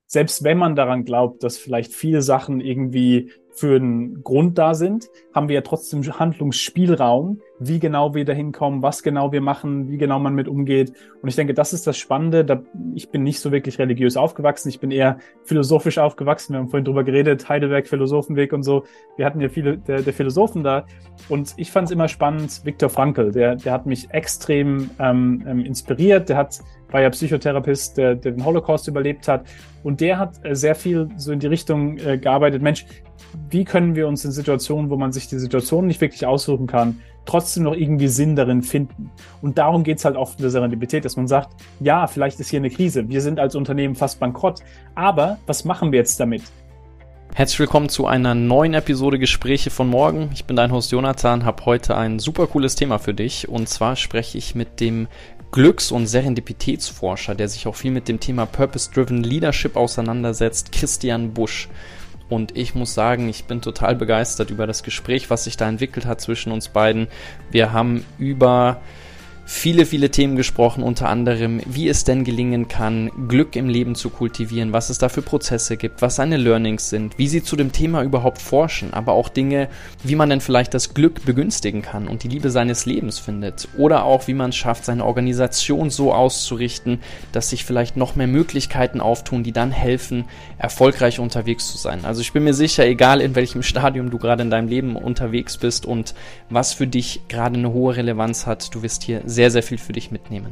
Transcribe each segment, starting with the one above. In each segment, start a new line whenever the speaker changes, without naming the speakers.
selbst wenn man daran glaubt, dass vielleicht viele Sachen irgendwie für einen Grund da sind, haben wir ja trotzdem Handlungsspielraum, wie genau wir da hinkommen, was genau wir machen, wie genau man mit umgeht. Und ich denke, das ist das Spannende. Ich bin nicht so wirklich religiös aufgewachsen, ich bin eher philosophisch aufgewachsen. Wir haben vorhin drüber geredet, Heidelberg, Philosophenweg und so. Wir hatten ja viele der Philosophen da. Und ich fand es immer spannend, Viktor Frankl, der hat mich extrem inspiriert. War ja Psychotherapeut, der den Holocaust überlebt hat. Und der hat sehr viel so in die Richtung gearbeitet, Mensch, wie können wir uns in Situationen, wo man sich die Situation nicht wirklich aussuchen kann, trotzdem noch irgendwie Sinn darin finden? Und darum geht es halt oft in der Serendipität, dass man sagt, ja, vielleicht ist hier eine Krise, wir sind als Unternehmen fast bankrott, aber was machen wir jetzt damit?
Herzlich willkommen zu einer neuen Episode Gespräche von morgen. Ich bin dein Host Jonathan, habe heute ein super cooles Thema für dich. Und zwar spreche ich mit dem Glücks- und Serendipitätsforscher, der sich auch viel mit dem Thema Purpose-Driven Leadership auseinandersetzt, Christian Busch. Und ich muss sagen, ich bin total begeistert über das Gespräch, was sich da entwickelt hat zwischen uns beiden. Wir haben über viele Themen gesprochen, unter anderem, wie es denn gelingen kann, Glück im Leben zu kultivieren, was es da für Prozesse gibt, was seine Learnings sind, wie sie zu dem Thema überhaupt forschen, aber auch Dinge, wie man denn vielleicht das Glück begünstigen kann und die Liebe seines Lebens findet oder auch, wie man es schafft, seine Organisation so auszurichten, dass sich vielleicht noch mehr Möglichkeiten auftun, die dann helfen, erfolgreich unterwegs zu sein. Also ich bin mir sicher, egal in welchem Stadium du gerade in deinem Leben unterwegs bist und was für dich gerade eine hohe Relevanz hat, du wirst hier sehr viel für dich mitnehmen.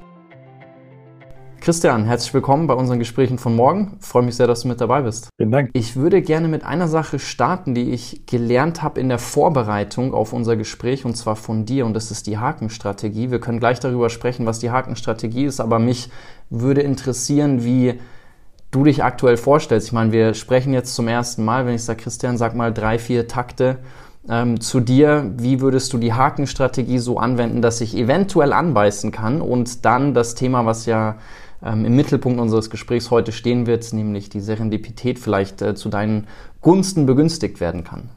Christian, herzlich willkommen bei unseren Gesprächen von morgen. Ich freue mich sehr, dass du mit dabei bist.
Vielen Dank.
Ich würde gerne mit einer Sache starten, die ich gelernt habe in der Vorbereitung auf unser Gespräch, und zwar von dir, und das ist die Hakenstrategie. Wir können gleich darüber sprechen, was die Hakenstrategie ist, aber mich würde interessieren, wie du dich aktuell vorstellst. Ich meine, wir sprechen jetzt zum ersten Mal, wenn ich sage, Christian, sag mal 3-4 Takte zu dir. Wie würdest du die Hakenstrategie so anwenden, dass ich eventuell anbeißen kann und dann das Thema, was ja im Mittelpunkt unseres Gesprächs heute stehen wird, nämlich die Serendipität, vielleicht zu deinen Gunsten begünstigt werden kann?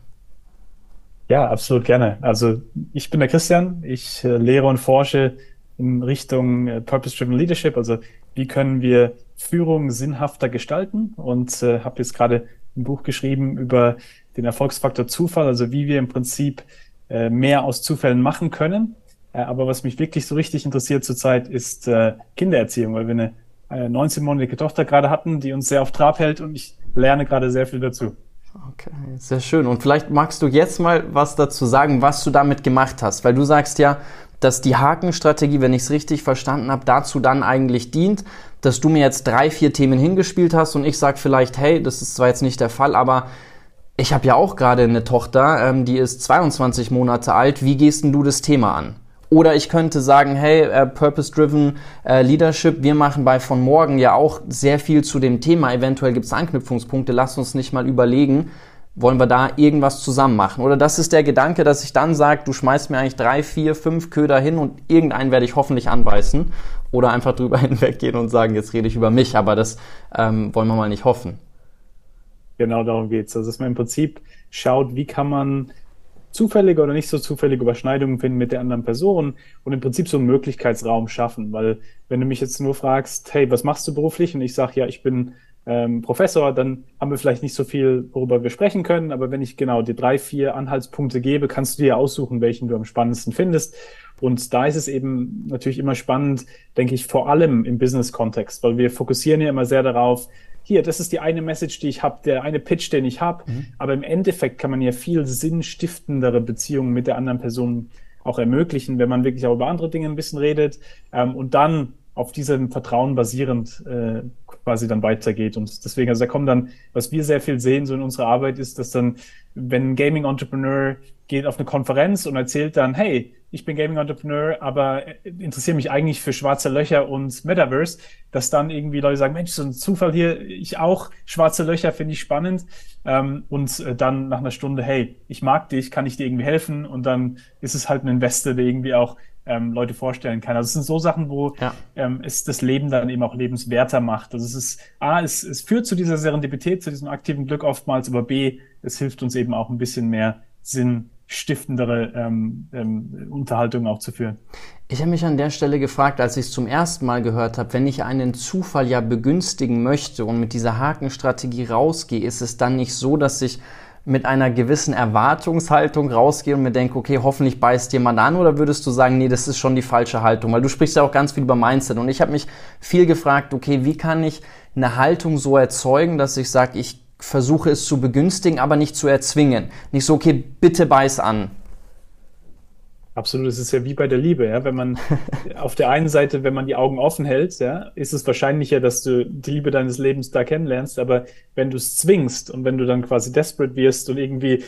Ja, absolut gerne. Also ich bin der Christian, ich lehre und forsche in Richtung Purpose-Driven Leadership, also wie können wir Führung sinnhafter gestalten, und habe jetzt gerade ein Buch geschrieben über den Erfolgsfaktor Zufall, also wie wir im Prinzip mehr aus Zufällen machen können. Aber was mich wirklich so richtig interessiert zurzeit ist Kindererziehung, weil wir eine 19-monatige Tochter gerade hatten, die uns sehr auf Trab hält, und ich lerne gerade sehr viel dazu.
Okay, sehr schön. Und vielleicht magst du jetzt mal was dazu sagen, was du damit gemacht hast, weil du sagst ja, dass die Hakenstrategie, wenn ich es richtig verstanden habe, dazu dann eigentlich dient, dass du mir jetzt 3-4 Themen hingespielt hast und ich sage vielleicht, hey, das ist zwar jetzt nicht der Fall, aber ich habe ja auch gerade eine Tochter, die ist 22 Monate alt, wie gehst denn du das Thema an? Oder ich könnte sagen, hey, Purpose-Driven Leadership, wir machen bei von morgen ja auch sehr viel zu dem Thema, eventuell gibt es Anknüpfungspunkte, lass uns nicht mal überlegen, wollen wir da irgendwas zusammen machen? Oder das ist der Gedanke, dass ich dann sage, du schmeißt mir eigentlich 3-4-5 Köder hin und irgendeinen werde ich hoffentlich anbeißen. Oder einfach drüber hinweggehen und sagen, jetzt rede ich über mich, aber das wollen wir mal nicht hoffen.
Genau darum geht's. Also dass man im Prinzip schaut, wie kann man zufällige oder nicht so zufällige Überschneidungen finden mit der anderen Person und im Prinzip so einen Möglichkeitsraum schaffen. Weil wenn du mich jetzt nur fragst, hey, was machst du beruflich? Und ich sage, ja, ich bin Professor, dann haben wir vielleicht nicht so viel, worüber wir sprechen können. Aber wenn ich genau dir 3-4 Anhaltspunkte gebe, kannst du dir aussuchen, welchen du am spannendsten findest. Und da ist es eben natürlich immer spannend, denke ich, vor allem im Business-Kontext, weil wir fokussieren ja immer sehr darauf, hier, das ist die eine Message, die ich habe, der eine Pitch, den ich habe. Aber im Endeffekt kann man ja viel sinnstiftendere Beziehungen mit der anderen Person auch ermöglichen, wenn man wirklich auch über andere Dinge ein bisschen redet und dann auf diesem Vertrauen basierend quasi dann weitergeht. Und deswegen, also da kommt dann, was wir sehr viel sehen, so in unserer Arbeit, ist, dass dann, wenn ein Gaming-Entrepreneur geht auf eine Konferenz und erzählt dann, hey, ich bin Gaming-Entrepreneur, aber interessiere mich eigentlich für schwarze Löcher und Metaverse, dass dann irgendwie Leute sagen, Mensch, so ein Zufall hier, ich auch, schwarze Löcher finde ich spannend. Und dann nach einer Stunde, hey, ich mag dich, kann ich dir irgendwie helfen? Und dann ist es halt ein Investor, der irgendwie auch Leute vorstellen kann. Also es sind so Sachen, wo es das Leben dann eben auch lebenswerter macht. Also es ist A, es führt zu dieser Serendipität, zu diesem aktiven Glück oftmals, aber B, es hilft uns eben auch ein bisschen mehr Sinn sinnstiftendere Unterhaltungen auch zu führen.
Ich habe mich an der Stelle gefragt, als ich es zum ersten Mal gehört habe, wenn ich einen Zufall ja begünstigen möchte und mit dieser Hakenstrategie rausgehe, ist es dann nicht so, dass ich mit einer gewissen Erwartungshaltung rausgehe und mir denke, okay, hoffentlich beißt jemand an, oder würdest du sagen, nee, das ist schon die falsche Haltung? Weil du sprichst ja auch ganz viel über Mindset und ich habe mich viel gefragt, okay, wie kann ich eine Haltung so erzeugen, dass ich sage, ich versuche es zu begünstigen, aber nicht zu erzwingen. Nicht so, okay, bitte beiß an.
Absolut, es ist ja wie bei der Liebe, ja. Wenn man auf der einen Seite, wenn man die Augen offen hält, ja, ist es wahrscheinlicher, dass du die Liebe deines Lebens da kennenlernst. Aber wenn du es zwingst und wenn du dann quasi desperate wirst und irgendwie,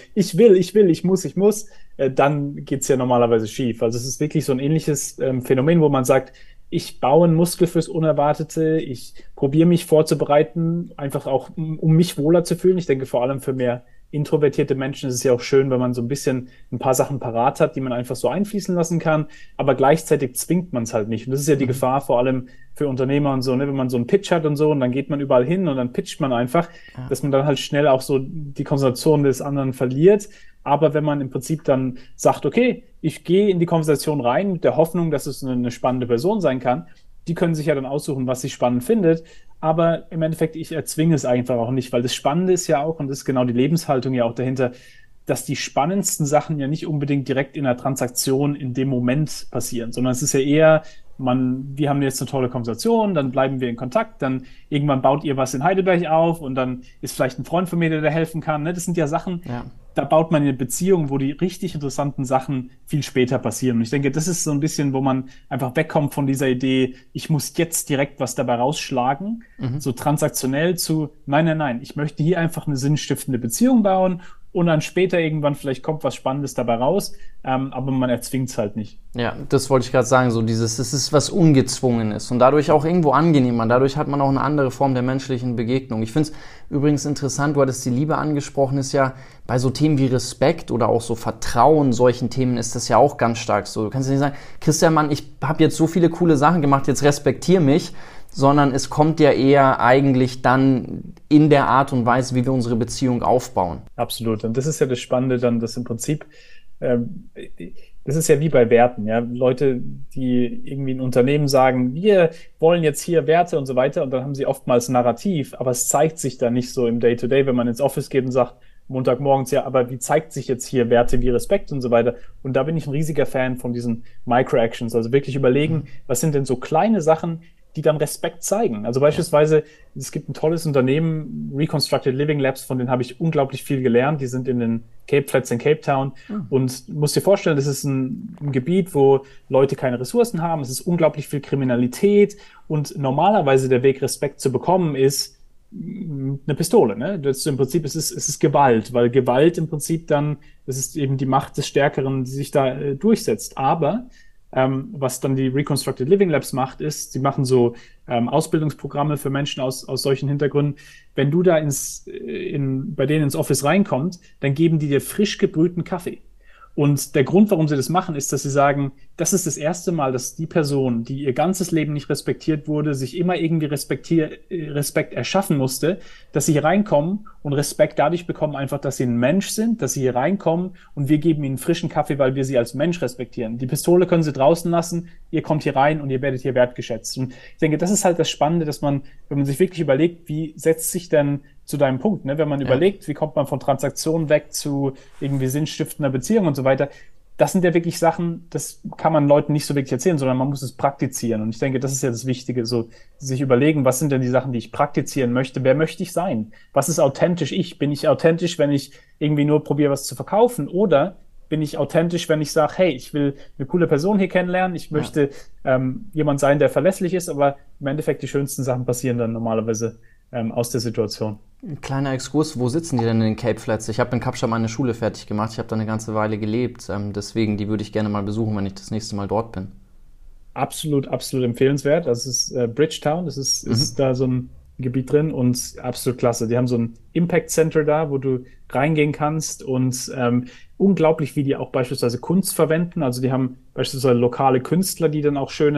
ich muss, dann geht's ja normalerweise schief. Also es ist wirklich so ein ähnliches Phänomen, wo man sagt, ich baue einen Muskel fürs Unerwartete, ich probiere mich vorzubereiten, einfach auch, um mich wohler zu fühlen. Ich denke vor allem für mehr introvertierte Menschen ist es ja auch schön, wenn man so ein bisschen ein paar Sachen parat hat, die man einfach so einfließen lassen kann, aber gleichzeitig zwingt man es halt nicht. Und das ist ja die Gefahr vor allem für Unternehmer und so, ne? Wenn man so einen Pitch hat und so und dann geht man überall hin und dann pitcht man einfach, dass man dann halt schnell auch so die Konzentration des anderen verliert. Aber wenn man im Prinzip dann sagt, okay, ich gehe in die Konversation rein mit der Hoffnung, dass es eine spannende Person sein kann, die können sich ja dann aussuchen, was sie spannend findet. Aber im Endeffekt, ich erzwinge es einfach auch nicht, weil das Spannende ist ja auch, und das ist genau die Lebenshaltung ja auch dahinter, dass die spannendsten Sachen ja nicht unbedingt direkt in der Transaktion in dem Moment passieren, sondern es ist ja eher, wir haben jetzt eine tolle Konversation, dann bleiben wir in Kontakt, dann irgendwann baut ihr was in Heidelberg auf und dann ist vielleicht ein Freund von mir, der da helfen kann. Ne? Das sind ja Sachen, da baut man eine Beziehung, wo die richtig interessanten Sachen viel später passieren. Und ich denke, das ist so ein bisschen, wo man einfach wegkommt von dieser Idee, ich muss jetzt direkt was dabei rausschlagen, so transaktionell zu, nein, ich möchte hier einfach eine sinnstiftende Beziehung bauen und dann später irgendwann vielleicht kommt was Spannendes dabei raus, aber man erzwingt es halt nicht.
Ja, das wollte ich gerade sagen, so dieses, es ist was Ungezwungenes und dadurch auch irgendwo angenehmer, dadurch hat man auch eine andere Form der menschlichen Begegnung. Ich finde es übrigens interessant, du hattest die Liebe angesprochen, ist ja bei so Themen wie Respekt oder auch so Vertrauen, solchen Themen ist das ja auch ganz stark so. Du kannst ja nicht sagen, Christian, Mann, ich habe jetzt so viele coole Sachen gemacht, jetzt respektier mich, sondern es kommt ja eher eigentlich dann in der Art und Weise, wie wir unsere Beziehung aufbauen.
Absolut. Und das ist ja das Spannende dann, dass im Prinzip, das ist ja wie bei Werten, ja. Leute, die irgendwie ein Unternehmen sagen, wir wollen jetzt hier Werte und so weiter, und dann haben sie oftmals ein Narrativ, aber es zeigt sich dann nicht so im Day-to-Day, wenn man ins Office geht und sagt, Montagmorgens, ja, aber wie zeigt sich jetzt hier Werte wie Respekt und so weiter? Und da bin ich ein riesiger Fan von diesen Micro-Actions, also wirklich überlegen, was sind denn so kleine Sachen, die dann Respekt zeigen. Also beispielsweise, es gibt ein tolles Unternehmen, Reconstructed Living Labs, von denen habe ich unglaublich viel gelernt. Die sind in den Cape Flats in Cape Town. Und musst dir vorstellen, das ist ein Gebiet, wo Leute keine Ressourcen haben. Es ist unglaublich viel Kriminalität. Und normalerweise der Weg, Respekt zu bekommen, ist eine Pistole. Ne? Das ist im Prinzip, es ist Gewalt, weil Gewalt im Prinzip dann, das ist eben die Macht des Stärkeren, die sich da durchsetzt. Aber was dann die Reconstructed Living Labs macht, ist, sie machen so Ausbildungsprogramme für Menschen aus solchen Hintergründen. Wenn du da bei denen ins Office reinkommst, dann geben die dir frisch gebrühten Kaffee. Und der Grund, warum sie das machen, ist, dass sie sagen, das ist das erste Mal, dass die Person, die ihr ganzes Leben nicht respektiert wurde, sich immer irgendwie Respekt erschaffen musste, dass sie hier reinkommen und Respekt dadurch bekommen, einfach, dass sie ein Mensch sind, dass sie hier reinkommen und wir geben ihnen frischen Kaffee, weil wir sie als Mensch respektieren. Die Pistole können sie draußen lassen, ihr kommt hier rein und ihr werdet hier wertgeschätzt. Und ich denke, das ist halt das Spannende, dass man, wenn man sich wirklich überlegt, wie setzt sich denn zu deinem Punkt, ne? Wenn man überlegt, wie kommt man von Transaktionen weg zu irgendwie sinnstiftender Beziehung und so weiter, das sind ja wirklich Sachen, das kann man Leuten nicht so wirklich erzählen, sondern man muss es praktizieren. Und ich denke, das ist ja das Wichtige, so sich überlegen, was sind denn die Sachen, die ich praktizieren möchte? Wer möchte ich sein? Was ist authentisch ich? Bin ich authentisch, wenn ich irgendwie nur probiere, was zu verkaufen? Oder bin ich authentisch, wenn ich sage, hey, ich will eine coole Person hier kennenlernen, ich möchte jemand sein, der verlässlich ist, aber im Endeffekt die schönsten Sachen passieren dann normalerweise aus der Situation.
Ein kleiner Exkurs, wo sitzen die denn in den Cape Flats? Ich habe in Kapstadt meine Schule fertig gemacht, ich habe da eine ganze Weile gelebt, deswegen, die würde ich gerne mal besuchen, wenn ich das nächste Mal dort bin.
Absolut, absolut empfehlenswert. Das ist Bridgetown, ist da so ein Gebiet drin und absolut klasse. Die haben so ein Impact Center da, wo du reingehen kannst und unglaublich, wie die auch beispielsweise Kunst verwenden. Also die haben beispielsweise lokale Künstler, die dann auch schöne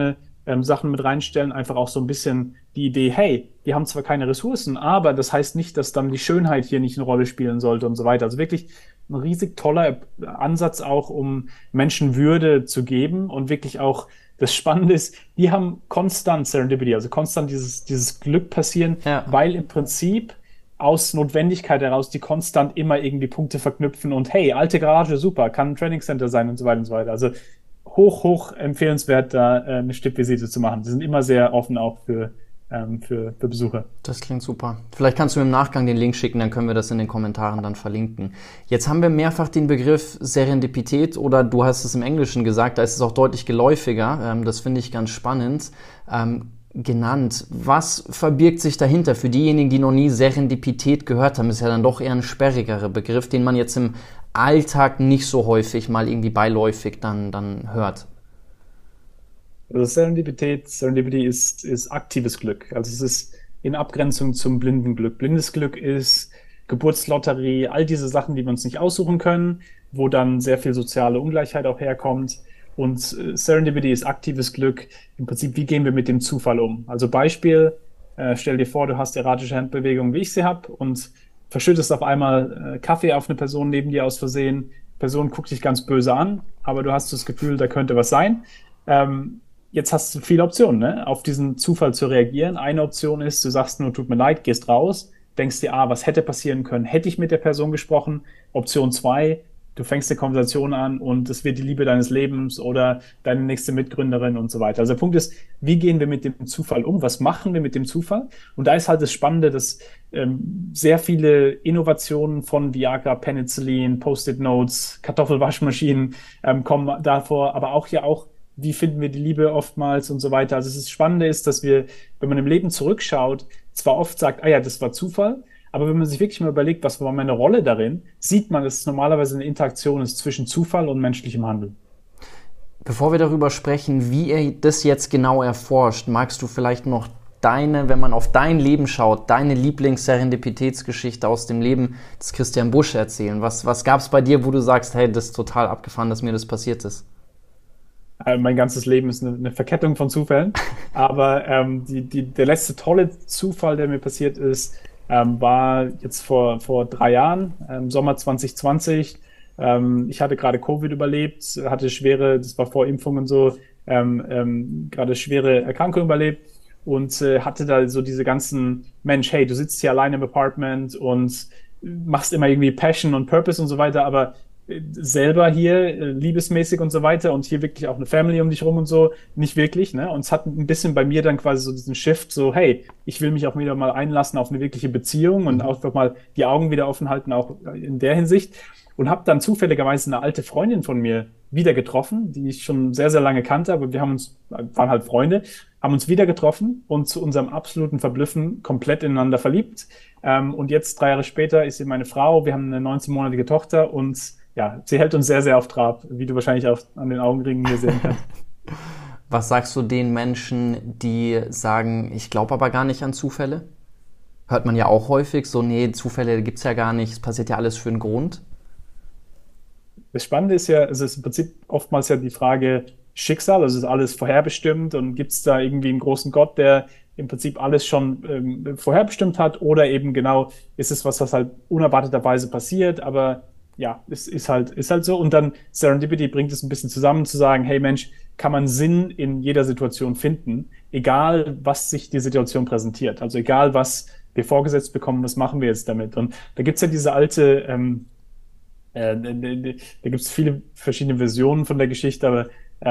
Sachen mit reinstellen, einfach auch so ein bisschen die Idee, hey, die haben zwar keine Ressourcen, aber das heißt nicht, dass dann die Schönheit hier nicht eine Rolle spielen sollte und so weiter. Also wirklich ein riesig toller Ansatz auch, um Menschen Würde zu geben und wirklich auch das Spannende ist, die haben konstant Serendipity, also konstant dieses Glück passieren,
Ja.
weil im Prinzip aus Notwendigkeit heraus die konstant immer irgendwie Punkte verknüpfen und hey, alte Garage, super, kann ein Training Center sein und so weiter und so weiter. Also hoch empfehlenswert, da eine Stippvisite zu machen. Die sind immer sehr offen auch für Besucher.
Das klingt super. Vielleicht kannst du mir im Nachgang den Link schicken, dann können wir das in den Kommentaren dann verlinken. Jetzt haben wir mehrfach den Begriff Serendipität oder du hast es im Englischen gesagt, da ist es auch deutlich geläufiger, das finde ich ganz spannend, genannt. Was verbirgt sich dahinter? Für diejenigen, die noch nie Serendipität gehört haben, ist ja dann doch eher ein sperrigerer Begriff, den man jetzt im Alltag nicht so häufig mal irgendwie beiläufig dann hört.
Also Serendipity ist aktives Glück. Also es ist in Abgrenzung zum blinden Glück. Blindes Glück ist Geburtslotterie, all diese Sachen, die wir uns nicht aussuchen können, wo dann sehr viel soziale Ungleichheit auch herkommt. Und Serendipity ist aktives Glück. Im Prinzip, wie gehen wir mit dem Zufall um? Also Beispiel, stell dir vor, du hast erratische Handbewegungen, wie ich sie habe, und verschüttest auf einmal Kaffee auf eine Person neben dir aus Versehen. Die Person guckt dich ganz böse an, aber du hast das Gefühl, da könnte was sein. Jetzt hast du viele Optionen, ne, auf diesen Zufall zu reagieren. Eine Option ist, du sagst nur, tut mir leid, gehst raus, denkst dir, was hätte passieren können, hätte ich mit der Person gesprochen. Option 2, du fängst eine Konversation an und es wird die Liebe deines Lebens oder deine nächste Mitgründerin und so weiter. Also der Punkt ist, wie gehen wir mit dem Zufall um? Was machen wir mit dem Zufall? Und da ist halt das Spannende, dass sehr viele Innovationen von Viagra, Penicillin, Post-it-Notes, Kartoffelwaschmaschinen kommen davor, aber auch wie finden wir die Liebe oftmals und so weiter. Also das Spannende ist, dass wir, wenn man im Leben zurückschaut, zwar oft sagt, ja, das war Zufall, aber wenn man sich wirklich mal überlegt, was war meine Rolle darin, sieht man, dass es normalerweise eine Interaktion ist zwischen Zufall und menschlichem Handeln.
Bevor wir darüber sprechen, wie ihr das jetzt genau erforscht, magst du vielleicht noch wenn man auf dein Leben schaut, deine Lieblings-Serendipitätsgeschichte aus dem Leben des Christian Busch erzählen? Was gab es bei dir, wo du sagst, hey, das ist total abgefahren, dass mir das passiert ist?
Mein ganzes Leben ist eine Verkettung von Zufällen. Aber der letzte tolle Zufall, der mir passiert ist, war jetzt vor 3 Jahren, Sommer 2020. Ich hatte gerade Covid überlebt, das war vor Impfung und so, gerade schwere Erkrankung überlebt und hatte da so diese ganzen, Mensch, hey, du sitzt hier alleine im Apartment und machst immer irgendwie Passion und Purpose und so weiter, aber selber hier liebesmäßig und so weiter und hier wirklich auch eine Family um dich rum und so, nicht wirklich, ne? Und es hat ein bisschen bei mir dann quasi so diesen Shift, so, hey, ich will mich auch wieder mal einlassen auf eine wirkliche Beziehung und einfach mal die Augen wieder offen halten, auch in der Hinsicht. Und habe dann zufälligerweise eine alte Freundin von mir wieder getroffen, die ich schon sehr, sehr lange kannte, aber waren halt Freunde, haben uns wieder getroffen und zu unserem absoluten Verblüffen komplett ineinander verliebt. Und jetzt 3 Jahre später ist sie meine Frau, wir haben eine 19-monatige Tochter und ja, sie hält uns sehr, sehr auf Trab, wie du wahrscheinlich auch an den Augenringen hier sehen kannst.
Was sagst du den Menschen, die sagen, ich glaube aber gar nicht an Zufälle? Hört man ja auch häufig, so, nee, Zufälle gibt's ja gar nicht, es passiert ja alles für einen Grund.
Das Spannende ist ja, es ist im Prinzip oftmals ja die Frage Schicksal, also ist alles vorherbestimmt und gibt es da irgendwie einen großen Gott, der im Prinzip alles schon vorherbestimmt hat oder eben genau ist es was halt unerwarteterweise passiert, aber ja, es ist halt so. Und dann Serendipity bringt es ein bisschen zusammen zu sagen, hey Mensch, kann man Sinn in jeder Situation finden, egal was sich die Situation präsentiert. Also egal, was wir vorgesetzt bekommen, was machen wir jetzt damit? Und da gibt's ja diese alte, da gibt's viele verschiedene Versionen von der Geschichte, aber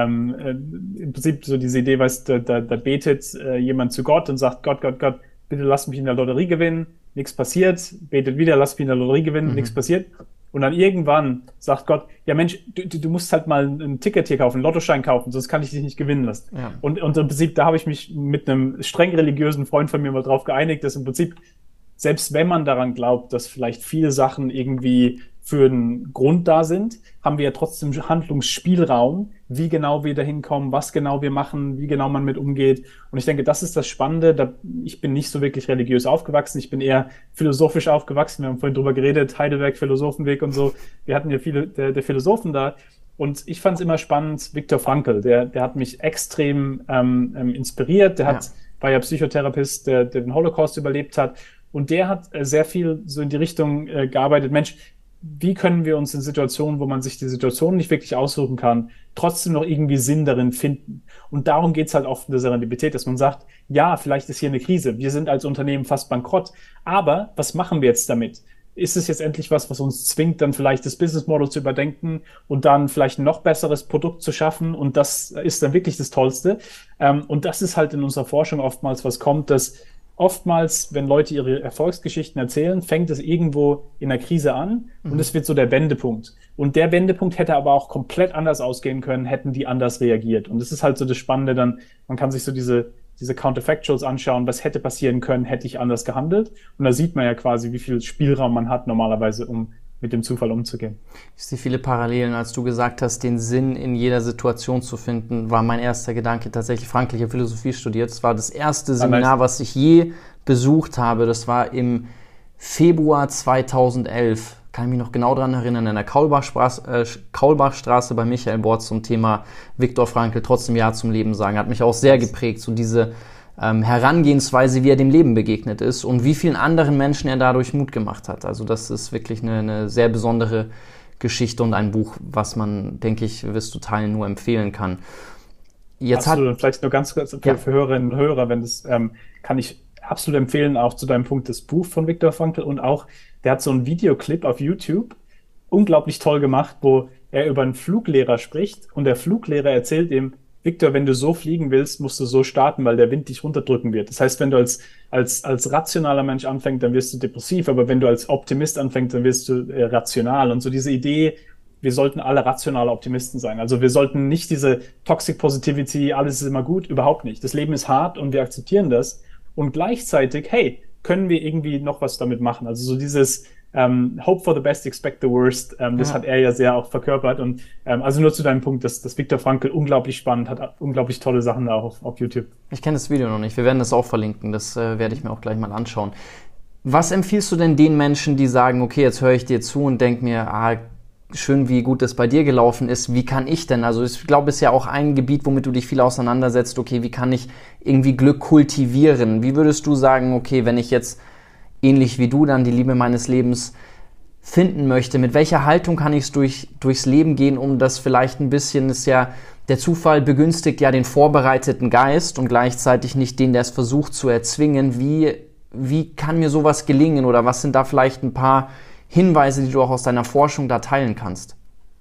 im Prinzip so diese Idee, weißt du, da betet jemand zu Gott und sagt, Gott, bitte lass mich in der Lotterie gewinnen, nichts passiert, betet wieder, lass mich in der Lotterie gewinnen, nichts passiert. Und dann irgendwann sagt Gott, ja Mensch, du musst halt mal ein Ticket hier kaufen, einen Lottoschein kaufen, sonst kann ich dich nicht gewinnen lassen. Ja. Und im Prinzip, da habe ich mich mit einem streng religiösen Freund von mir mal drauf geeinigt, dass im Prinzip, selbst wenn man daran glaubt, dass vielleicht viele Sachen irgendwie für einen Grund da sind, haben wir ja trotzdem Handlungsspielraum, wie genau wir dahin kommen, was genau wir machen, wie genau man mit umgeht. Und ich denke, das ist das Spannende. Ich bin nicht so wirklich religiös aufgewachsen, ich bin eher philosophisch aufgewachsen. Wir haben vorhin drüber geredet, Heidelberg, Philosophenweg und so. Wir hatten ja viele der Philosophen da. Und ich fand es immer spannend, Viktor Frankl, der hat mich extrem inspiriert. War ja Psychotherapeut, der den Holocaust überlebt hat. Und der hat sehr viel so in die Richtung gearbeitet, Mensch, wie können wir uns in Situationen, wo man sich die Situation nicht wirklich aussuchen kann, trotzdem noch irgendwie Sinn darin finden? Und darum geht's halt oft in der Serendipität, dass man sagt, ja, vielleicht ist hier eine Krise, wir sind als Unternehmen fast bankrott, aber was machen wir jetzt damit? Ist es jetzt endlich was uns zwingt, dann vielleicht das Business Model zu überdenken und dann vielleicht ein noch besseres Produkt zu schaffen? Und das ist dann wirklich das Tollste. Und das ist halt in unserer Forschung oftmals was kommt, dass oftmals, wenn Leute ihre Erfolgsgeschichten erzählen, fängt es irgendwo in der Krise an und es wird so der Wendepunkt. Und der Wendepunkt hätte aber auch komplett anders ausgehen können, hätten die anders reagiert. Und das ist halt so das Spannende dann, man kann sich so diese Counterfactuals anschauen, was hätte passieren können, hätte ich anders gehandelt. Und da sieht man ja quasi, wie viel Spielraum man hat normalerweise, um mit dem Zufall umzugehen.
Ich sehe viele Parallelen, als du gesagt hast, den Sinn in jeder Situation zu finden, war mein erster Gedanke tatsächlich. Frank, ich habe Philosophie studiert. Das war das erste Seminar, was ich je besucht habe. Das war im Februar 2011. Kann ich mich noch genau daran erinnern, in der Kaulbachstraße bei Michael Bort zum Thema Viktor Frankl, trotzdem Ja zum Leben sagen. Hat mich auch sehr geprägt, so diese Herangehensweise, wie er dem Leben begegnet ist und wie vielen anderen Menschen er dadurch Mut gemacht hat. Also das ist wirklich eine sehr besondere Geschichte und ein Buch, was man, denke ich, wirst du teilen, nur empfehlen kann.
Absolut, vielleicht nur ganz kurz für Hörerinnen und Hörer, wenn das kann ich absolut empfehlen, auch zu deinem Punkt, das Buch von Viktor Frankl und auch, der hat so einen Videoclip auf YouTube, unglaublich toll gemacht, wo er über einen Fluglehrer spricht und der Fluglehrer erzählt ihm, Viktor, wenn du so fliegen willst, musst du so starten, weil der Wind dich runterdrücken wird. Das heißt, wenn du als rationaler Mensch anfängst, dann wirst du depressiv, aber wenn du als Optimist anfängst, dann wirst du rational. Und so diese Idee, wir sollten alle rationale Optimisten sein. Also wir sollten nicht diese Toxic Positivity, alles ist immer gut, überhaupt nicht. Das Leben ist hart und wir akzeptieren das. Und gleichzeitig, hey, können wir irgendwie noch was damit machen? Also so dieses Hope for the best, expect the worst, das hat er ja sehr auch verkörpert. Und also nur zu deinem Punkt, dass Viktor Frankl unglaublich spannend hat, unglaublich tolle Sachen da auch auf YouTube.
Ich kenne das Video noch nicht, wir werden das auch verlinken, das werde ich mir auch gleich mal anschauen. Was empfiehlst du denn den Menschen, die sagen, okay, jetzt höre ich dir zu und denke mir, schön, wie gut das bei dir gelaufen ist, wie kann ich denn, also ich glaube, es ist ja auch ein Gebiet, womit du dich viel auseinandersetzt, okay, wie kann ich irgendwie Glück kultivieren? Wie würdest du sagen, okay, wenn ich jetzt ähnlich wie du dann die Liebe meines Lebens finden möchte, mit welcher Haltung kann ich es durchs Leben gehen, um das vielleicht ein bisschen, ist ja, der Zufall begünstigt ja den vorbereiteten Geist und gleichzeitig nicht den, der es versucht zu erzwingen. Wie kann mir sowas gelingen oder was sind da vielleicht ein paar Hinweise, die du auch aus deiner Forschung da teilen kannst?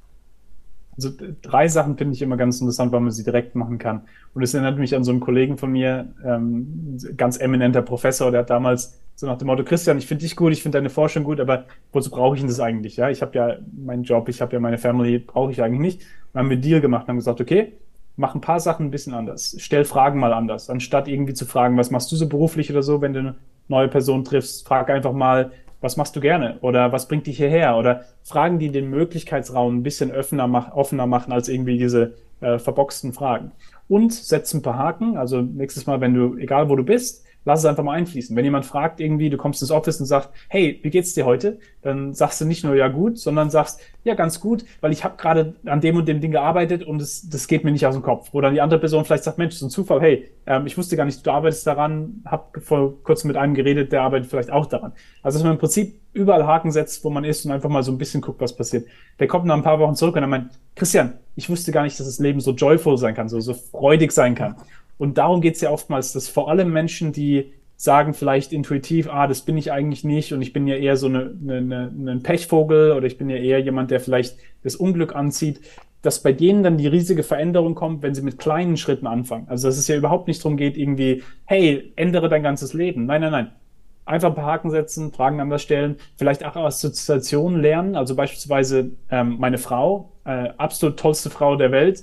Also 3 Sachen finde ich immer ganz interessant, weil man sie direkt machen kann. Und es erinnert mich an so einen Kollegen von mir, ganz eminenter Professor, der hat damals so nach dem Motto, Christian, ich finde dich gut, ich finde deine Forschung gut, aber wozu brauche ich denn das eigentlich? Ja, ich habe ja meinen Job, ich habe ja meine Family, brauche ich eigentlich nicht. Dann haben wir einen Deal gemacht und haben gesagt, okay, mach ein paar Sachen ein bisschen anders. Stell Fragen mal anders. Anstatt irgendwie zu fragen, was machst du so beruflich oder so, wenn du eine neue Person triffst, frag einfach mal, was machst du gerne? Oder was bringt dich hierher? Oder Fragen, die den Möglichkeitsraum ein bisschen offener machen als irgendwie diese verboxten Fragen. Und setz ein paar Haken. Also nächstes Mal, wenn du, egal wo du bist, lass es einfach mal einfließen. Wenn jemand fragt irgendwie, du kommst ins Office und sagst, hey, wie geht's dir heute? Dann sagst du nicht nur ja gut, sondern sagst, ja ganz gut, weil ich habe gerade an dem und dem Ding gearbeitet und das geht mir nicht aus dem Kopf. Wo dann die andere Person vielleicht sagt, Mensch, das ist ein Zufall, hey, ich wusste gar nicht, du arbeitest daran, habe vor kurzem mit einem geredet, der arbeitet vielleicht auch daran. Also dass man im Prinzip überall Haken setzt, wo man ist und einfach mal so ein bisschen guckt, was passiert. Der kommt nach ein paar Wochen zurück und er meint, Christian, ich wusste gar nicht, dass das Leben so joyful sein kann, so freudig sein kann. Und darum geht's ja oftmals, dass vor allem Menschen, die sagen vielleicht intuitiv, das bin ich eigentlich nicht und ich bin ja eher so ein Pechvogel oder ich bin ja eher jemand, der vielleicht das Unglück anzieht, dass bei denen dann die riesige Veränderung kommt, wenn sie mit kleinen Schritten anfangen. Also dass es ja überhaupt nicht darum geht, irgendwie, hey, ändere dein ganzes Leben. Nein, nein, nein. Einfach ein paar Haken setzen, Fragen anders stellen, vielleicht auch Assoziationen lernen. Also beispielsweise meine Frau, absolut tollste Frau der Welt,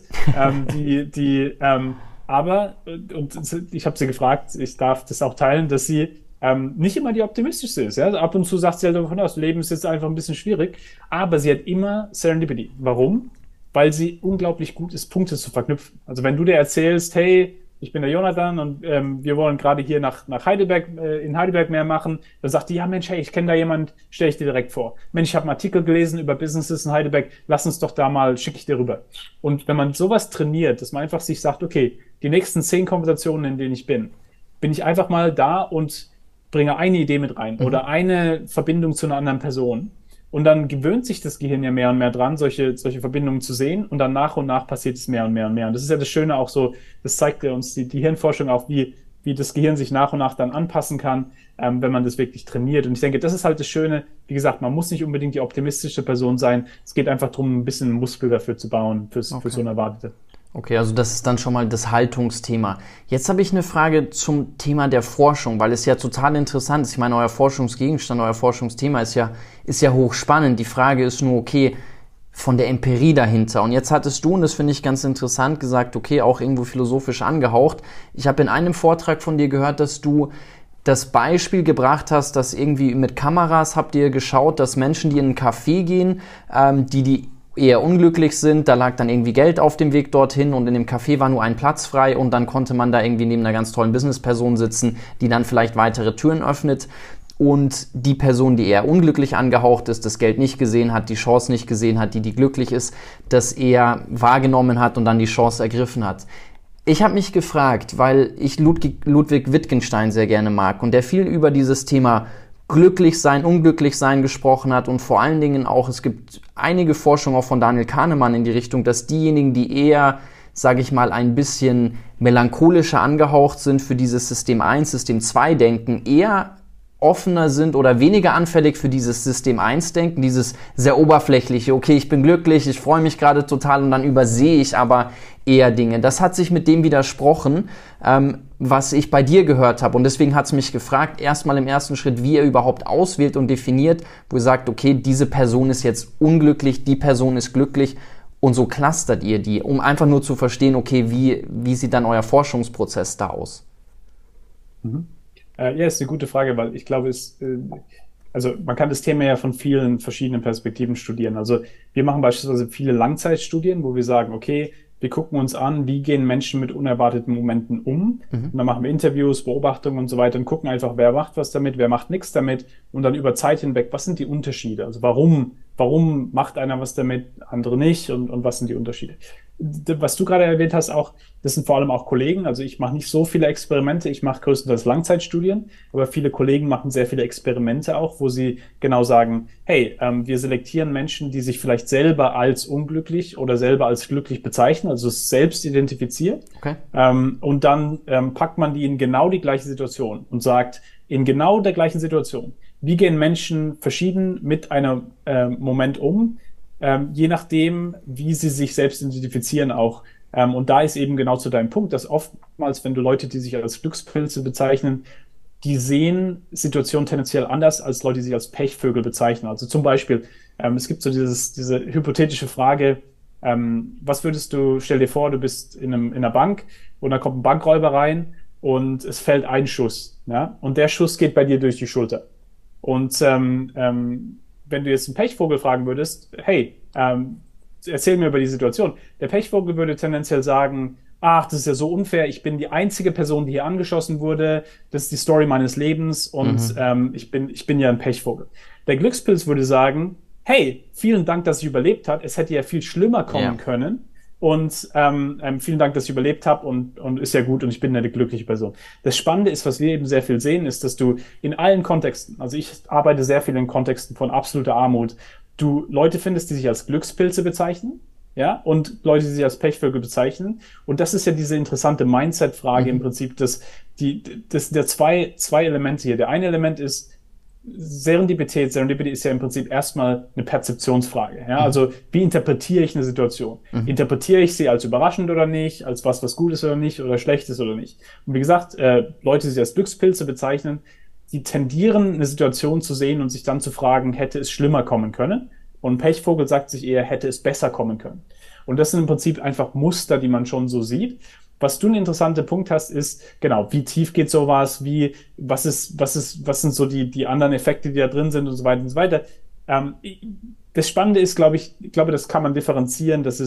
aber, und ich habe sie gefragt, ich darf das auch teilen, dass sie nicht immer die optimistischste ist. Ja? Also ab und zu sagt sie halt davon aus, das Leben ist jetzt einfach ein bisschen schwierig, aber sie hat immer Serendipity. Warum? Weil sie unglaublich gut ist, Punkte zu verknüpfen. Also wenn du dir erzählst, hey, ich bin der Jonathan und wir wollen gerade hier nach Heidelberg, in Heidelberg mehr machen. Da sagt die, ja Mensch, hey, ich kenne da jemand, stelle ich dir direkt vor. Mensch, ich habe einen Artikel gelesen über Businesses in Heidelberg, lass uns doch da mal, schicke ich dir rüber. Und wenn man sowas trainiert, dass man einfach sich sagt, okay, die nächsten 10 Konversationen, in denen ich bin ich einfach mal da und bringe eine Idee mit rein oder eine Verbindung zu einer anderen Person. Und dann gewöhnt sich das Gehirn ja mehr und mehr dran, solche Verbindungen zu sehen. Und dann nach und nach passiert es mehr und mehr und mehr. Und das ist ja das Schöne auch so, das zeigt ja uns die Hirnforschung auch, wie das Gehirn sich nach und nach dann anpassen kann, wenn man das wirklich trainiert. Und ich denke, das ist halt das Schöne. Wie gesagt, man muss nicht unbedingt die optimistische Person sein. Es geht einfach darum, ein bisschen Muskel dafür zu bauen, für so eine Erwartete.
Okay, also das ist dann schon mal das Haltungsthema. Jetzt habe ich eine Frage zum Thema der Forschung, weil es ja total interessant ist. Ich meine, euer Forschungsgegenstand, euer Forschungsthema ist ja hochspannend. Die Frage ist nur, okay, von der Empirie dahinter. Und jetzt hattest du, und das finde ich ganz interessant, gesagt, okay, auch irgendwo philosophisch angehaucht. Ich habe in einem Vortrag von dir gehört, dass du das Beispiel gebracht hast, dass irgendwie mit Kameras habt ihr geschaut, dass Menschen, die in einen Café gehen, die eher unglücklich sind, da lag dann irgendwie Geld auf dem Weg dorthin und in dem Café war nur ein Platz frei und dann konnte man da irgendwie neben einer ganz tollen Businessperson sitzen, die dann vielleicht weitere Türen öffnet. Und die Person, die eher unglücklich angehaucht ist, das Geld nicht gesehen hat, die Chance nicht gesehen hat, die glücklich ist, das eher wahrgenommen hat und dann die Chance ergriffen hat. Ich habe mich gefragt, weil ich Ludwig Wittgenstein sehr gerne mag und der viel über dieses Thema glücklich sein, unglücklich sein gesprochen hat und vor allen Dingen auch, es gibt einige Forschung auch von Daniel Kahnemann in die Richtung, dass diejenigen, die eher, sage ich mal, ein bisschen melancholischer angehaucht sind für dieses System 1, System 2 Denken, eher offener sind oder weniger anfällig für dieses System 1 Denken, dieses sehr oberflächliche, okay, ich bin glücklich, ich freue mich gerade total und dann übersehe ich aber eher Dinge. Das hat sich mit dem widersprochen, was ich bei dir gehört habe und deswegen hat es mich gefragt, erstmal im ersten Schritt, wie ihr überhaupt auswählt und definiert, wo ihr sagt, okay, diese Person ist jetzt unglücklich, die Person ist glücklich und so clustert ihr die, um einfach nur zu verstehen, okay, wie sieht dann euer Forschungsprozess da aus?
Ja, ist eine gute Frage, weil ich glaube, also man kann das Thema ja von vielen verschiedenen Perspektiven studieren. Also wir machen beispielsweise viele Langzeitstudien, wo wir sagen, okay, wir gucken uns an, wie gehen Menschen mit unerwarteten Momenten um. Und dann machen wir Interviews, Beobachtungen und so weiter und gucken einfach, wer macht was damit, wer macht nichts damit und dann über Zeit hinweg, was sind die Unterschiede? Also warum macht einer was damit, andere nicht und was sind die Unterschiede? Was du gerade erwähnt hast, auch, das sind vor allem auch Kollegen. Also ich mache nicht so viele Experimente, ich mache größtenteils Langzeitstudien, aber viele Kollegen machen sehr viele Experimente auch, wo sie genau sagen, hey, wir selektieren Menschen, die sich vielleicht selber als unglücklich oder selber als glücklich bezeichnen, also es selbst identifiziert.
Okay.
Und dann packt man die in genau die gleiche Situation und sagt, in genau der gleichen Situation, wie gehen Menschen verschieden mit einem Moment um, je nachdem, wie sie sich selbst identifizieren auch. Und da ist eben genau zu deinem Punkt, dass oftmals, wenn du Leute, die sich als Glückspilze bezeichnen, die sehen Situationen tendenziell anders als Leute, die sich als Pechvögel bezeichnen. Also zum Beispiel, es gibt so diese hypothetische Frage, stell dir vor, du bist in einer Bank und da kommt ein Bankräuber rein und es fällt ein Schuss, ja, und der Schuss geht bei dir durch die Schulter. Und wenn du jetzt einen Pechvogel fragen würdest, hey, erzähl mir über die Situation. Der Pechvogel würde tendenziell sagen, ach, das ist ja so unfair, ich bin die einzige Person, die hier angeschossen wurde, das ist die Story meines Lebens und ich bin ja ein Pechvogel. Der Glückspilz würde sagen, hey, vielen Dank, dass ich überlebt habe, es hätte ja viel schlimmer kommen können und vielen Dank, dass ich überlebt habe und ist ja gut und ich bin eine glückliche Person. Das Spannende ist, was wir eben sehr viel sehen, ist, dass du in allen Kontexten, also ich arbeite sehr viel in Kontexten von absoluter Armut, du Leute findest, die sich als Glückspilze bezeichnen, ja, und Leute, die sich als Pechvögel bezeichnen. Und das ist ja diese interessante Mindset-Frage im Prinzip, das der zwei Elemente hier. Der eine Element ist Serendipität. Serendipität ist ja im Prinzip erstmal eine Perzeptionsfrage. Ja? Also wie interpretiere ich eine Situation? Interpretiere ich sie als überraschend oder nicht, als was gut ist oder nicht oder schlecht ist oder nicht? Und wie gesagt, Leute, die sich als Glückspilze bezeichnen, die tendieren, eine Situation zu sehen und sich dann zu fragen, hätte es schlimmer kommen können? Und Pechvogel sagt sich eher, hätte es besser kommen können. Und das sind im Prinzip einfach Muster, die man schon so sieht. Was du einen interessanten Punkt hast, ist, genau, wie tief geht sowas, was sind so die anderen Effekte, die da drin sind und so weiter und so weiter. Das Spannende ist, glaube ich, das kann man differenzieren, dass es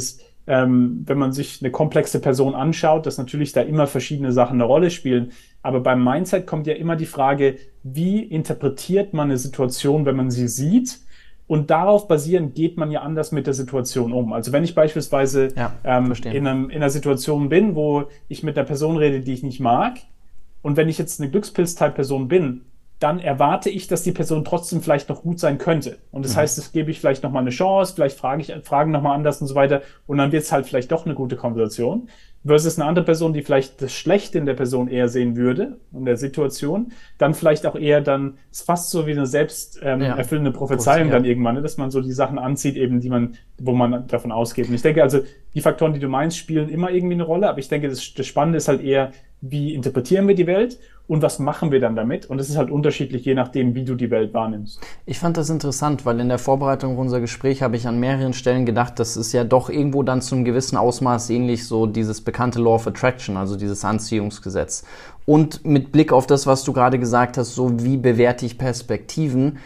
wenn man sich eine komplexe Person anschaut, dass natürlich da immer verschiedene Sachen eine Rolle spielen. Aber beim Mindset kommt ja immer die Frage, wie interpretiert man eine Situation, wenn man sie sieht? Und darauf basierend geht man ja anders mit der Situation um. Also wenn ich beispielsweise in einer Situation bin, wo ich mit einer Person rede, die ich nicht mag, und wenn ich jetzt eine Glückspilz-Type-Person bin, dann erwarte ich, dass die Person trotzdem vielleicht noch gut sein könnte. Und das heißt, das gebe ich vielleicht nochmal eine Chance, vielleicht Fragen nochmal anders und so weiter. Und dann wird es halt vielleicht doch eine gute Konversation. Versus eine andere Person, die vielleicht das Schlechte in der Person eher sehen würde, in der Situation, dann vielleicht auch eher dann, ist fast so wie eine selbst erfüllende Prophezeiung dann irgendwann, ne? Dass man so die Sachen anzieht, eben wo man davon ausgeht. Und ich denke also, die Faktoren, die du meinst, spielen immer irgendwie eine Rolle, aber ich denke, das Spannende ist halt eher, wie interpretieren wir die Welt und was machen wir dann damit? Und das ist halt unterschiedlich, je nachdem, wie du die Welt wahrnimmst.
Ich fand das interessant, weil in der Vorbereitung auf unser Gespräch habe ich an mehreren Stellen gedacht, das ist ja doch irgendwo dann zu einem gewissen Ausmaß ähnlich so dieses bekannte Law of Attraction, also dieses Anziehungsgesetz. Und mit Blick auf das, was du gerade gesagt hast, so wie bewerte ich Perspektiven,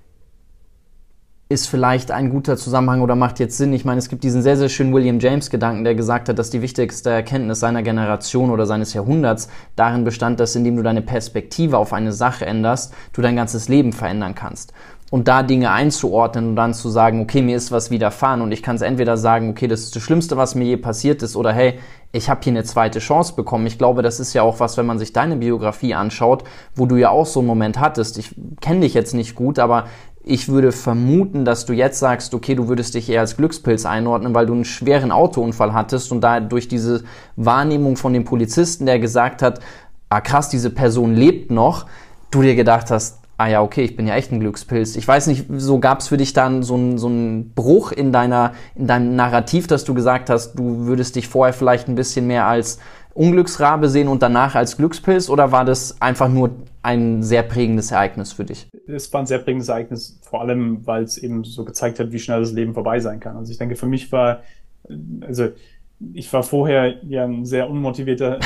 ist vielleicht ein guter Zusammenhang oder macht jetzt Sinn. Ich meine, es gibt diesen sehr, sehr schönen William James-Gedanken, der gesagt hat, dass die wichtigste Erkenntnis seiner Generation oder seines Jahrhunderts darin bestand, dass indem du deine Perspektive auf eine Sache änderst, du dein ganzes Leben verändern kannst. Und da Dinge einzuordnen und dann zu sagen, okay, mir ist was widerfahren und ich kann es entweder sagen, okay, das ist das Schlimmste, was mir je passiert ist, oder hey, ich habe hier eine zweite Chance bekommen. Ich glaube, das ist ja auch was, wenn man sich deine Biografie anschaut, wo du ja auch so einen Moment hattest. Ich kenne dich jetzt nicht gut, aber ich würde vermuten, dass du jetzt sagst, okay, du würdest dich eher als Glückspilz einordnen, weil du einen schweren Autounfall hattest und da durch diese Wahrnehmung von dem Polizisten, der gesagt hat, ah krass, diese Person lebt noch, du dir gedacht hast, ah ja, okay, ich bin ja echt ein Glückspilz. Ich weiß nicht, so gab es für dich dann so einen Bruch in deinem Narrativ, dass du gesagt hast, du würdest dich vorher vielleicht ein bisschen mehr als Unglücksrabe sehen und danach als Glückspilz, oder war das einfach nur ein sehr prägendes Ereignis für dich?
Es war ein sehr prägendes Ereignis, vor allem, weil es eben so gezeigt hat, wie schnell das Leben vorbei sein kann. Also ich denke, für mich ich war vorher ja ein sehr unmotivierter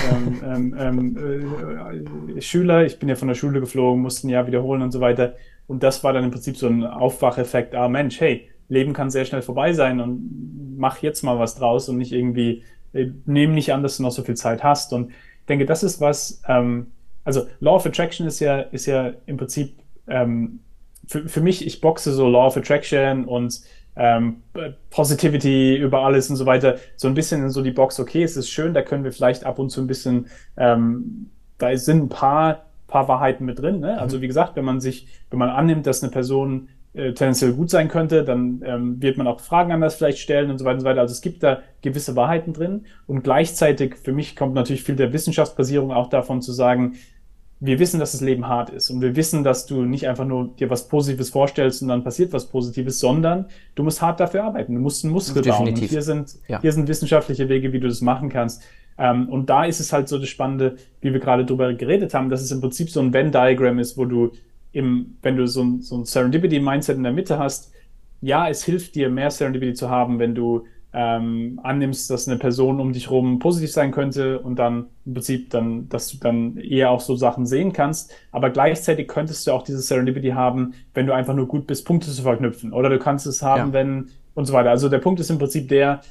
Schüler. Ich bin ja von der Schule geflogen, musste ein Jahr wiederholen und so weiter. Und das war dann im Prinzip so ein Aufwacheffekt. Ah Mensch, hey, Leben kann sehr schnell vorbei sein und mach jetzt mal was draus und nicht irgendwie, nehm nicht an, dass du noch so viel Zeit hast. Und ich denke, das ist was, also Law of Attraction ist ja im Prinzip, für mich, ich boxe so Law of Attraction und Positivity über alles und so weiter, so ein bisschen in so die Box, okay, es ist schön, da können wir vielleicht ab und zu ein bisschen, da sind ein paar Wahrheiten mit drin, ne? Also wie gesagt, wenn man annimmt, dass eine Person tendenziell gut sein könnte, dann wird man auch Fragen anders vielleicht stellen und so weiter und so weiter. Also es gibt da gewisse Wahrheiten drin und gleichzeitig, für mich kommt natürlich viel der Wissenschaftsbasierung auch davon zu sagen, wir wissen, dass das Leben hart ist und wir wissen, dass du nicht einfach nur dir was Positives vorstellst und dann passiert was Positives, sondern du musst hart dafür arbeiten. Du musst einen Muskel bauen. Und hier sind wissenschaftliche Wege, wie du das machen kannst. Und da ist es halt so das Spannende, wie wir gerade drüber geredet haben, dass es im Prinzip so ein Venn-Diagramm ist, wo du wenn du so ein Serendipity-Mindset in der Mitte hast, ja, es hilft dir, mehr Serendipity zu haben, wenn du annimmst, dass eine Person um dich rum positiv sein könnte und dann im Prinzip dass du dann eher auch so Sachen sehen kannst. Aber gleichzeitig könntest du auch diese Serendipity haben, wenn du einfach nur gut bist, Punkte zu verknüpfen. Oder du kannst es haben, wenn und so weiter. Also der Punkt ist im Prinzip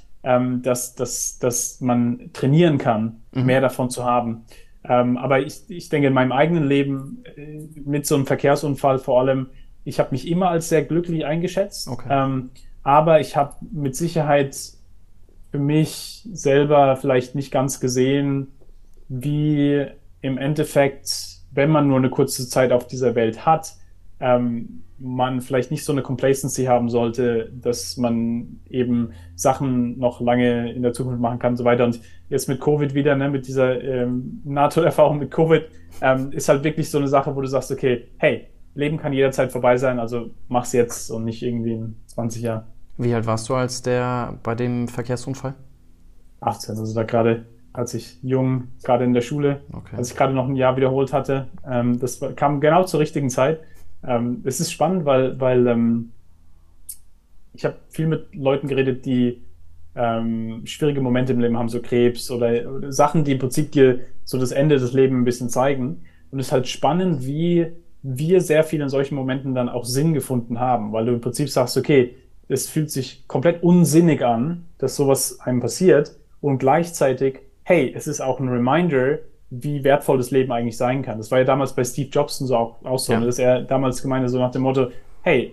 dass man trainieren kann, mehr davon zu haben. Aber ich denke, in meinem eigenen Leben mit so einem Verkehrsunfall vor allem, ich habe mich immer als sehr glücklich eingeschätzt.
Okay.
Aber ich habe mit Sicherheit für mich selber vielleicht nicht ganz gesehen, wie im Endeffekt, wenn man nur eine kurze Zeit auf dieser Welt hat, man vielleicht nicht so eine Complacency haben sollte, dass man eben Sachen noch lange in der Zukunft machen kann und so weiter. Und jetzt mit Covid wieder, ne, mit dieser Nahtoderfahrung mit Covid, ist halt wirklich so eine Sache, wo du sagst, okay, hey, Leben kann jederzeit vorbei sein, also mach's jetzt und nicht irgendwie in 20 Jahren.
Wie alt warst du bei dem Verkehrsunfall?
18, also als ich jung, gerade in der Schule, als ich gerade noch ein Jahr wiederholt hatte. Das kam genau zur richtigen Zeit. Es ist spannend, weil ich habe viel mit Leuten geredet, die schwierige Momente im Leben haben, so Krebs oder Sachen, die im Prinzip dir so das Ende des Lebens ein bisschen zeigen. Und es ist halt spannend, wie wir sehr viel in solchen Momenten dann auch Sinn gefunden haben, weil du im Prinzip sagst, okay, es fühlt sich komplett unsinnig an, dass sowas einem passiert und gleichzeitig, hey, es ist auch ein Reminder, wie wertvoll das Leben eigentlich sein kann. Das war ja damals bei Steve Jobs und so auch so,
Ja.
dass er damals gemeint hat, so nach dem Motto, hey,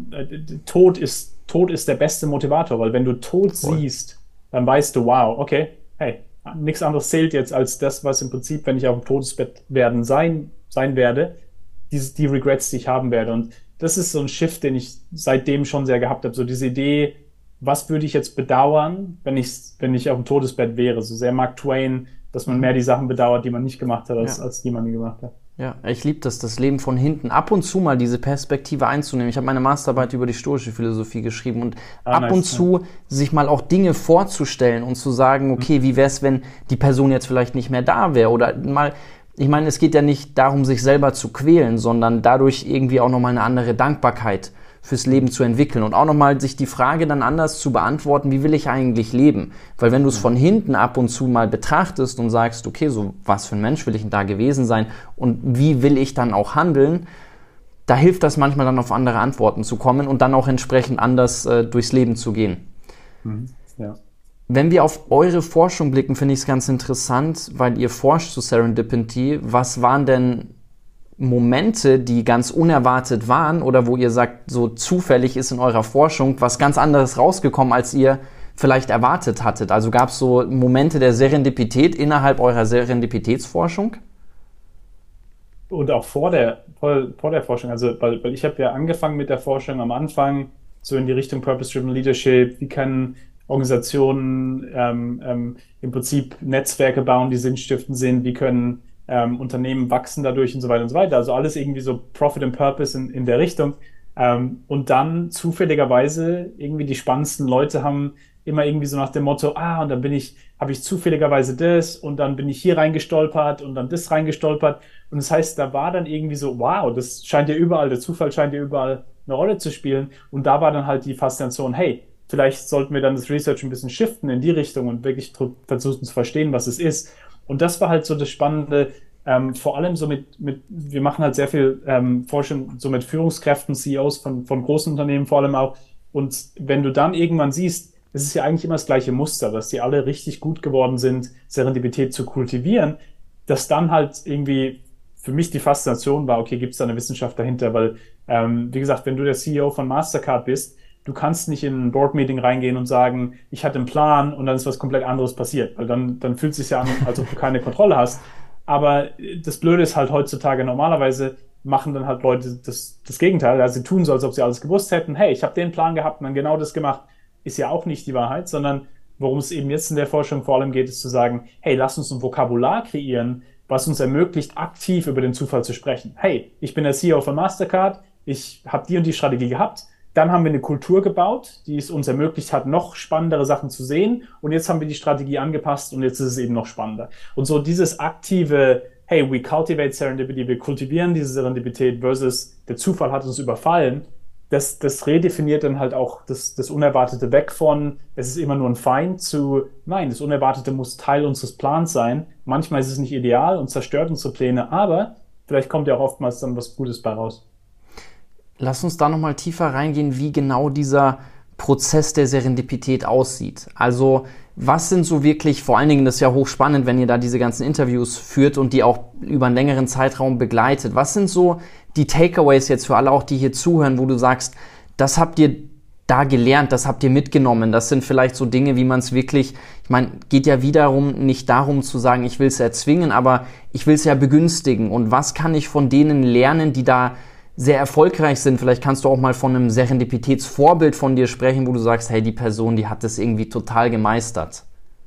Tod ist der beste Motivator, weil wenn du Tod
Voll.
siehst, dann weißt du, wow, okay, hey, nichts anderes zählt jetzt als das, was im Prinzip, wenn ich auf dem Todesbett sein werde, die Regrets, die ich haben werde. Und das ist so ein Shift, den ich seitdem schon sehr gehabt habe. So diese Idee, was würde ich jetzt bedauern, wenn ich auf dem Todesbett wäre? So sehr Mark Twain, dass man
Mhm.
mehr die Sachen bedauert, die man nicht gemacht hat,
Ja.
als die man gemacht hat.
Ja, ich liebe das Leben von hinten. Ab und zu mal diese Perspektive einzunehmen. Ich habe meine Masterarbeit über die stoische Philosophie geschrieben und
Ah,
ab und
nice.
zu sich mal auch Dinge vorzustellen und zu sagen, okay, wie wäre es, wenn die Person jetzt vielleicht nicht mehr da wäre? Oder mal, ich meine, es geht ja nicht darum, sich selber zu quälen, sondern dadurch irgendwie auch nochmal eine andere Dankbarkeit fürs Leben zu entwickeln und auch nochmal sich die Frage dann anders zu beantworten, wie will ich eigentlich leben? Weil wenn du es von hinten ab und zu mal betrachtest und sagst, okay, so was für ein Mensch will ich denn da gewesen sein und wie will ich dann auch handeln, da hilft das manchmal dann auf andere Antworten zu kommen und dann auch entsprechend anders durchs Leben zu gehen.
Mhm. Ja.
Wenn wir auf eure Forschung blicken, finde ich es ganz interessant, weil ihr forscht zu Serendipity. Was waren denn Momente, die ganz unerwartet waren oder wo ihr sagt, so zufällig ist in eurer Forschung was ganz anderes rausgekommen, als ihr vielleicht erwartet hattet? Also gab es so Momente der Serendipität innerhalb eurer Serendipitätsforschung?
Und auch vor der Forschung, also weil ich habe ja angefangen mit der Forschung am Anfang, so in die Richtung Purpose-Driven Leadership, wie können Organisationen im Prinzip Netzwerke bauen, die sinnstiftend sind, wie können Unternehmen wachsen dadurch und so weiter und so weiter. Also alles irgendwie so Profit and Purpose in der Richtung. Und dann zufälligerweise irgendwie die spannendsten Leute haben immer irgendwie so nach dem Motto, und dann habe ich zufälligerweise das und dann bin ich hier reingestolpert und dann das reingestolpert. Und das heißt, da war dann irgendwie so, wow, das scheint ja überall, der Zufall scheint ja überall eine Rolle zu spielen. Und da war dann halt die Faszination, hey, vielleicht sollten wir dann das Research ein bisschen shiften in die Richtung und wirklich versuchen zu verstehen, was es ist. Und das war halt so das Spannende, vor allem so wir machen halt sehr viel Forschung so mit Führungskräften, CEOs von großen Unternehmen vor allem auch. Und wenn du dann irgendwann siehst, es ist ja eigentlich immer das gleiche Muster, dass die alle richtig gut geworden sind, Serendipität zu kultivieren, dass dann halt irgendwie für mich die Faszination war, okay, gibt es da eine Wissenschaft dahinter? Weil, wie gesagt, wenn du der CEO von Mastercard bist, du kannst nicht in ein Board-Meeting reingehen und sagen, ich hatte einen Plan und dann ist was komplett anderes passiert. Weil dann fühlt es sich ja an, als ob du keine Kontrolle hast. Aber das Blöde ist halt heutzutage, normalerweise machen dann halt Leute das Gegenteil. Also sie tun so, als ob sie alles gewusst hätten. Hey, ich habe den Plan gehabt und dann genau das gemacht. Ist ja auch nicht die Wahrheit, sondern worum es eben jetzt in der Forschung vor allem geht, ist zu sagen, hey, lass uns ein Vokabular kreieren, was uns ermöglicht, aktiv über den Zufall zu sprechen. Hey, ich bin der CEO von Mastercard, ich habe die und die Strategie gehabt, dann haben wir eine Kultur gebaut, die es uns ermöglicht hat, noch spannendere Sachen zu sehen und jetzt haben wir die Strategie angepasst und jetzt ist es eben noch spannender. Und so dieses aktive, hey, we cultivate Serendipity, wir kultivieren diese Serendipität versus der Zufall hat uns überfallen, das redefiniert dann halt auch das Unerwartete weg von, es ist immer nur ein Feind zu, nein, das Unerwartete muss Teil unseres Plans sein. Manchmal ist es nicht ideal und zerstört unsere Pläne, aber vielleicht kommt ja auch oftmals dann was Gutes bei raus.
Lass uns da nochmal tiefer reingehen, wie genau dieser Prozess der Serendipität aussieht. Also was sind so wirklich, vor allen Dingen, das ist ja hochspannend, wenn ihr da diese ganzen Interviews führt und die auch über einen längeren Zeitraum begleitet. Was sind so die Takeaways jetzt für alle auch, die hier zuhören, wo du sagst, das habt ihr da gelernt, das habt ihr mitgenommen, das sind vielleicht so Dinge, wie man es wirklich, ich meine, geht ja wiederum nicht darum zu sagen, ich will es erzwingen, aber ich will es ja begünstigen und was kann ich von denen lernen, die da sehr erfolgreich sind? Vielleicht kannst du auch mal von einem Serendipitätsvorbild von dir sprechen, wo du sagst, hey, die Person, die hat das irgendwie total gemeistert.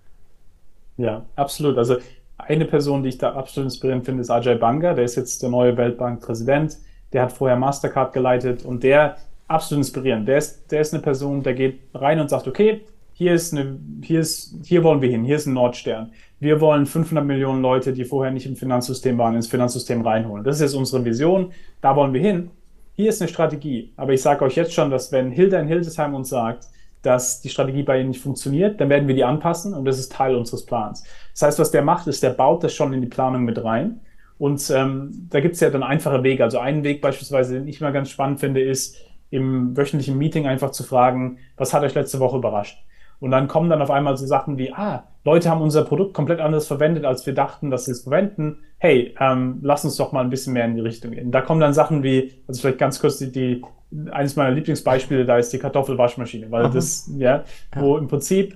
Ja, absolut. Also eine Person, die ich da absolut inspirierend finde, ist Ajay Banga. Der ist jetzt der neue Weltbank-Präsident. Der hat vorher Mastercard geleitet und der absolut inspirierend. Der ist eine Person, der geht rein und sagt, okay, hier wollen wir hin, hier ist ein Nordstern. Wir wollen 500 Millionen Leute, die vorher nicht im Finanzsystem waren, ins Finanzsystem reinholen. Das ist jetzt unsere Vision, da wollen wir hin. Hier ist eine Strategie. Aber ich sage euch jetzt schon, dass wenn Hilda in Hildesheim uns sagt, dass die Strategie bei ihnen nicht funktioniert, dann werden wir die anpassen und das ist Teil unseres Plans. Das heißt, was der macht, ist, der baut das schon in die Planung mit rein. Und da gibt es ja dann einfache Wege. Also einen Weg beispielsweise, den ich mal ganz spannend finde, ist, im wöchentlichen Meeting einfach zu fragen, was hat euch letzte Woche überrascht? Und dann kommen dann auf einmal so Sachen wie, Leute haben unser Produkt komplett anders verwendet, als wir dachten, dass sie es verwenden. Hey, lass uns doch mal ein bisschen mehr in die Richtung gehen. Da kommen dann Sachen wie, also vielleicht ganz kurz eines meiner Lieblingsbeispiele, da ist die Kartoffelwaschmaschine, weil wo im Prinzip,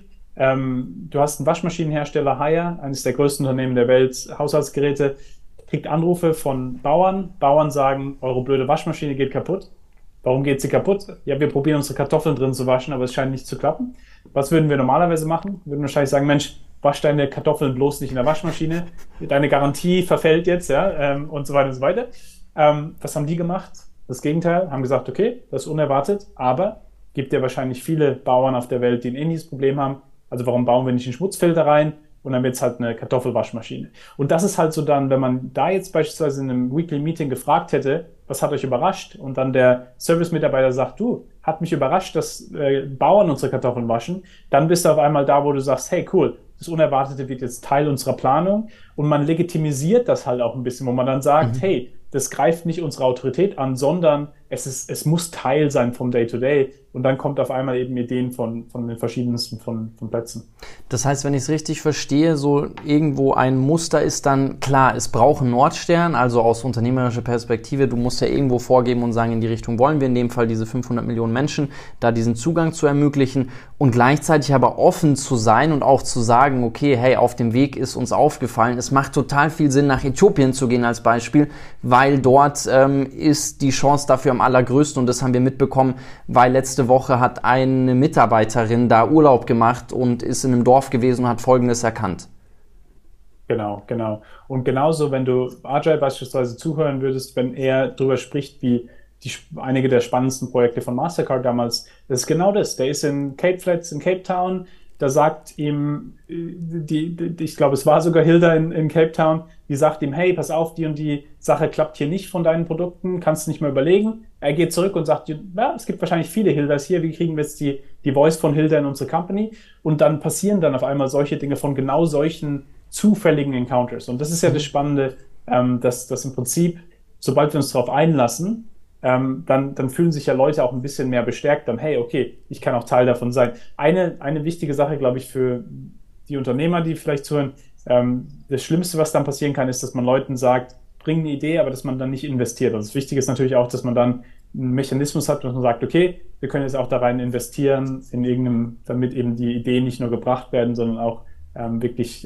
du hast einen Waschmaschinenhersteller, Haier, eines der größten Unternehmen der Welt, Haushaltsgeräte, kriegt Anrufe von Bauern. Bauern sagen, eure blöde Waschmaschine geht kaputt. Warum geht sie kaputt? Ja, wir probieren unsere Kartoffeln drin zu waschen, aber es scheint nicht zu klappen. Was würden wir normalerweise machen? Wir würden wahrscheinlich sagen, Mensch, wasch deine Kartoffeln bloß nicht in der Waschmaschine. Deine Garantie verfällt jetzt, ja, und so weiter und so weiter. Was haben die gemacht? Das Gegenteil, haben gesagt, okay, das ist unerwartet, aber gibt ja wahrscheinlich viele Bauern auf der Welt, die ein ähnliches Problem haben. Also warum bauen wir nicht einen Schmutzfilter rein? Und dann wird es halt eine Kartoffelwaschmaschine. Und das ist halt so dann, wenn man da jetzt beispielsweise in einem Weekly Meeting gefragt hätte, was hat euch überrascht? Und dann der Service-Mitarbeiter sagt, du, hat mich überrascht, dass Bauern unsere Kartoffeln waschen. Dann bist du auf einmal da, wo du sagst, hey, cool, das Unerwartete wird jetzt Teil unserer Planung. Und man legitimisiert das halt auch ein bisschen, wo man dann sagt, hey, das greift nicht unsere Autorität an, sondern es muss Teil sein vom Day-to-Day. Und dann kommt auf einmal eben Ideen von den verschiedensten von Plätzen.
Das heißt, wenn ich es richtig verstehe, so irgendwo ein Muster ist dann klar, es braucht einen Nordstern, also aus unternehmerischer Perspektive, du musst ja irgendwo vorgeben und sagen, in die Richtung wollen wir, in dem Fall diese 500 Millionen Menschen, da diesen Zugang zu ermöglichen und gleichzeitig aber offen zu sein und auch zu sagen, okay, hey, auf dem Weg ist uns aufgefallen, es macht total viel Sinn, nach Äthiopien zu gehen als Beispiel, weil dort ist die Chance dafür am allergrößten und das haben wir mitbekommen, weil letzte Woche hat eine Mitarbeiterin da Urlaub gemacht und ist in einem Dorf gewesen und hat Folgendes erkannt.
Genau. Und genauso, wenn du Ajay beispielsweise zuhören würdest, wenn er darüber spricht, wie einige der spannendsten Projekte von Mastercard damals, das ist genau das. Der ist in Cape Flats in Cape Town, da sagt ihm, ich glaube, es war sogar Hilda in Cape Town, die sagt ihm, hey, pass auf, die und die Sache klappt hier nicht von deinen Produkten, kannst du nicht mehr überlegen. Er geht zurück und sagt, ja, es gibt wahrscheinlich viele Hildas hier, wie kriegen wir jetzt die Voice von Hilda in unsere Company? Und dann passieren dann auf einmal solche Dinge von genau solchen zufälligen Encounters. Und das ist ja das Spannende, dass im Prinzip, sobald wir uns darauf einlassen, dann fühlen sich ja Leute auch ein bisschen mehr bestärkt, dann, hey, okay, ich kann auch Teil davon sein. Eine wichtige Sache, glaube ich, für die Unternehmer, die vielleicht zuhören, das Schlimmste, was dann passieren kann, ist, dass man Leuten sagt, bring eine Idee, aber dass man dann nicht investiert. Also das Wichtige ist natürlich auch, dass man dann einen Mechanismus hat, dass man sagt, okay, wir können jetzt auch da rein investieren, damit eben die Ideen nicht nur gebracht werden, sondern auch wirklich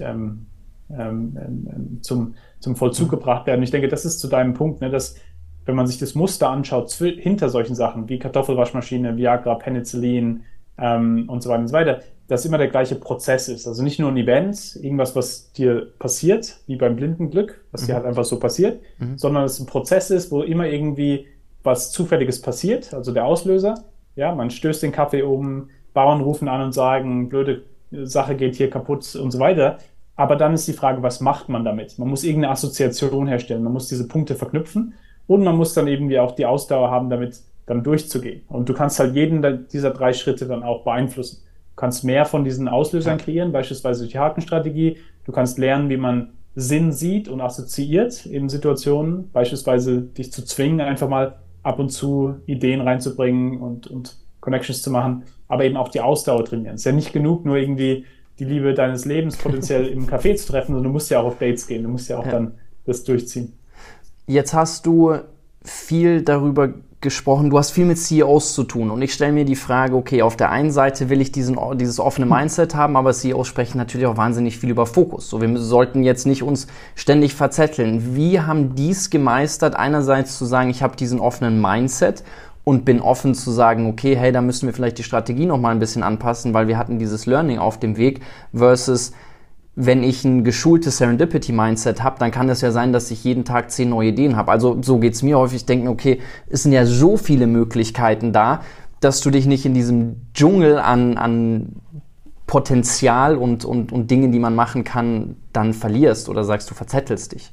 zum Vollzug gebracht werden. Ich denke, das ist zu deinem Punkt, ne, dass wenn man sich das Muster anschaut hinter solchen Sachen wie Kartoffelwaschmaschine, Viagra, Penicillin und so weiter und so weiter, dass immer der gleiche Prozess ist. Also nicht nur ein Event, irgendwas, was dir passiert, wie beim Blindenglück, was dir halt einfach so passiert, sondern es ein Prozess ist, wo immer irgendwie was Zufälliges passiert, also der Auslöser. Ja, man stößt den Kaffee um, Bauern rufen an und sagen, blöde Sache geht hier kaputt und so weiter. Aber dann ist die Frage, was macht man damit? Man muss irgendeine Assoziation herstellen, man muss diese Punkte verknüpfen. Und man muss dann irgendwie auch die Ausdauer haben, damit dann durchzugehen. Und du kannst halt jeden dieser 3 Schritte dann auch beeinflussen. Du kannst mehr von diesen Auslösern kreieren, beispielsweise durch die Hakenstrategie. Du kannst lernen, wie man Sinn sieht und assoziiert in Situationen, beispielsweise dich zu zwingen, einfach mal ab und zu Ideen reinzubringen und Connections zu machen, aber eben auch die Ausdauer trainieren. Es ist ja nicht genug, nur irgendwie die Liebe deines Lebens potenziell im Café zu treffen, sondern du musst ja auch auf Dates gehen. Du musst ja auch dann das durchziehen.
Jetzt hast du viel darüber gesprochen, du hast viel mit CEOs zu tun und ich stelle mir die Frage, okay, auf der einen Seite will ich dieses offene Mindset haben, aber CEOs sprechen natürlich auch wahnsinnig viel über Fokus. So, wir sollten jetzt nicht uns ständig verzetteln. Wie haben die es gemeistert, einerseits zu sagen, ich habe diesen offenen Mindset und bin offen zu sagen, okay, hey, da müssen wir vielleicht die Strategie noch mal ein bisschen anpassen, weil wir hatten dieses Learning auf dem Weg, versus wenn ich ein geschultes Serendipity-Mindset habe, dann kann es ja sein, dass ich jeden Tag 10 neue Ideen habe. Also so geht's mir häufig. Ich denke, okay, es sind ja so viele Möglichkeiten da, dass du dich nicht in diesem Dschungel an Potenzial und Dingen, die man machen kann, dann verlierst oder sagst, du verzettelst dich.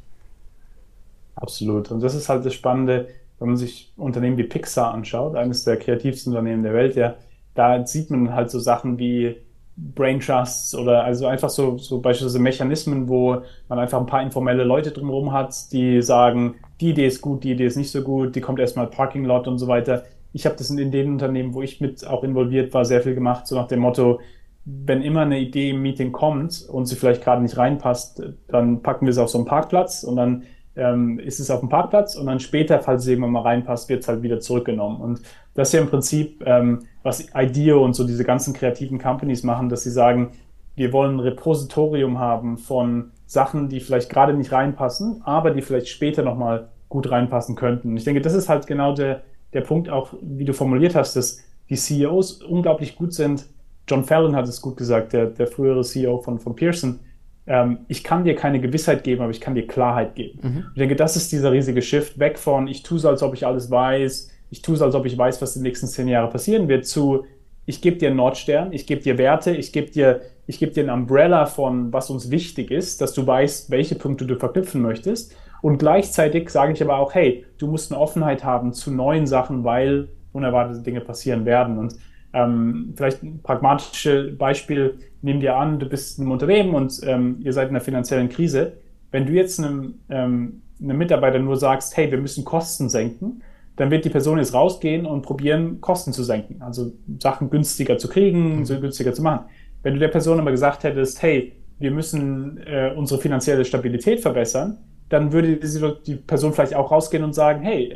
Absolut. Und das ist halt das Spannende, wenn man sich Unternehmen wie Pixar anschaut, eines der kreativsten Unternehmen der Welt, ja, da sieht man halt so Sachen wie Brain Trusts oder also einfach so beispielsweise Mechanismen, wo man einfach ein paar informelle Leute drumherum hat, die sagen, die Idee ist gut, die Idee ist nicht so gut, die kommt erstmal Parking Lot und so weiter. ich habe das in den Unternehmen, wo ich mit auch involviert war, sehr viel gemacht, so nach dem Motto, wenn immer eine Idee im Meeting kommt und sie vielleicht gerade nicht reinpasst, dann packen wir sie auf so einen Parkplatz und dann ist es auf dem Parkplatz und dann später, falls es irgendwann mal reinpasst, wird es halt wieder zurückgenommen. Und das ist ja im Prinzip, was IDEO und so diese ganzen kreativen Companies machen, dass sie sagen, wir wollen ein Repositorium haben von Sachen, die vielleicht gerade nicht reinpassen, aber die vielleicht später nochmal gut reinpassen könnten. Und ich denke, das ist halt genau der Punkt auch, wie du formuliert hast, dass die CEOs unglaublich gut sind. John Fallon hat es gut gesagt, der frühere CEO von Pearson. Ich kann dir keine Gewissheit geben, aber ich kann dir Klarheit geben.
Mhm.
Ich denke, das ist dieser riesige Shift weg von, ich tue es, als ob ich alles weiß, ich tue es, als ob ich weiß, was die nächsten 10 Jahre passieren wird, zu, ich gebe dir einen Nordstern, ich gebe dir Werte, ich gebe dir ein Umbrella von, was uns wichtig ist, dass du weißt, welche Punkte du verknüpfen möchtest. Und gleichzeitig sage ich aber auch, hey, du musst eine Offenheit haben zu neuen Sachen, weil unerwartete Dinge passieren werden. Und vielleicht ein pragmatisches Beispiel, nimm dir an, du bist in einem Unternehmen und ihr seid in einer finanziellen Krise. Wenn du jetzt einem Mitarbeiter nur sagst, hey, wir müssen Kosten senken, dann wird die Person jetzt rausgehen und probieren, Kosten zu senken. Also Sachen günstiger zu kriegen, so günstiger zu machen. Wenn du der Person aber gesagt hättest, hey, wir müssen unsere finanzielle Stabilität verbessern, dann würde die Person vielleicht auch rausgehen und sagen, hey,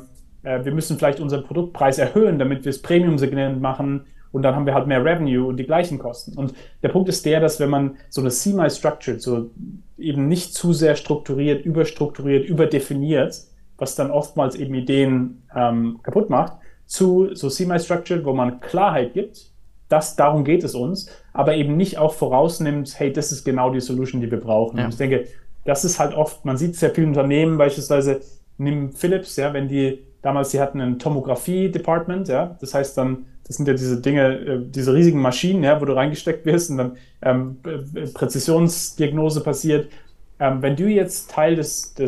wir müssen vielleicht unseren Produktpreis erhöhen, damit wir es Premium-Segment machen und dann haben wir halt mehr Revenue und die gleichen Kosten. Und der Punkt ist der, dass wenn man so eine semi-structured, so eben nicht zu sehr strukturiert, überstrukturiert, überdefiniert, was dann oftmals eben Ideen kaputt macht, zu so semi-structured, wo man Klarheit gibt, darum geht es uns, aber eben nicht auch vorausnimmt, hey, das ist genau die Solution, die wir brauchen. Ja. Und ich denke, das ist halt oft, man sieht sehr viele Unternehmen, beispielsweise nimm Philips, ja, wenn die hatten ein Tomographie-Department, ja, das heißt dann, das sind ja diese Dinge, diese riesigen Maschinen, ja, wo du reingesteckt wirst und dann Präzisionsdiagnose passiert. Wenn du jetzt Teil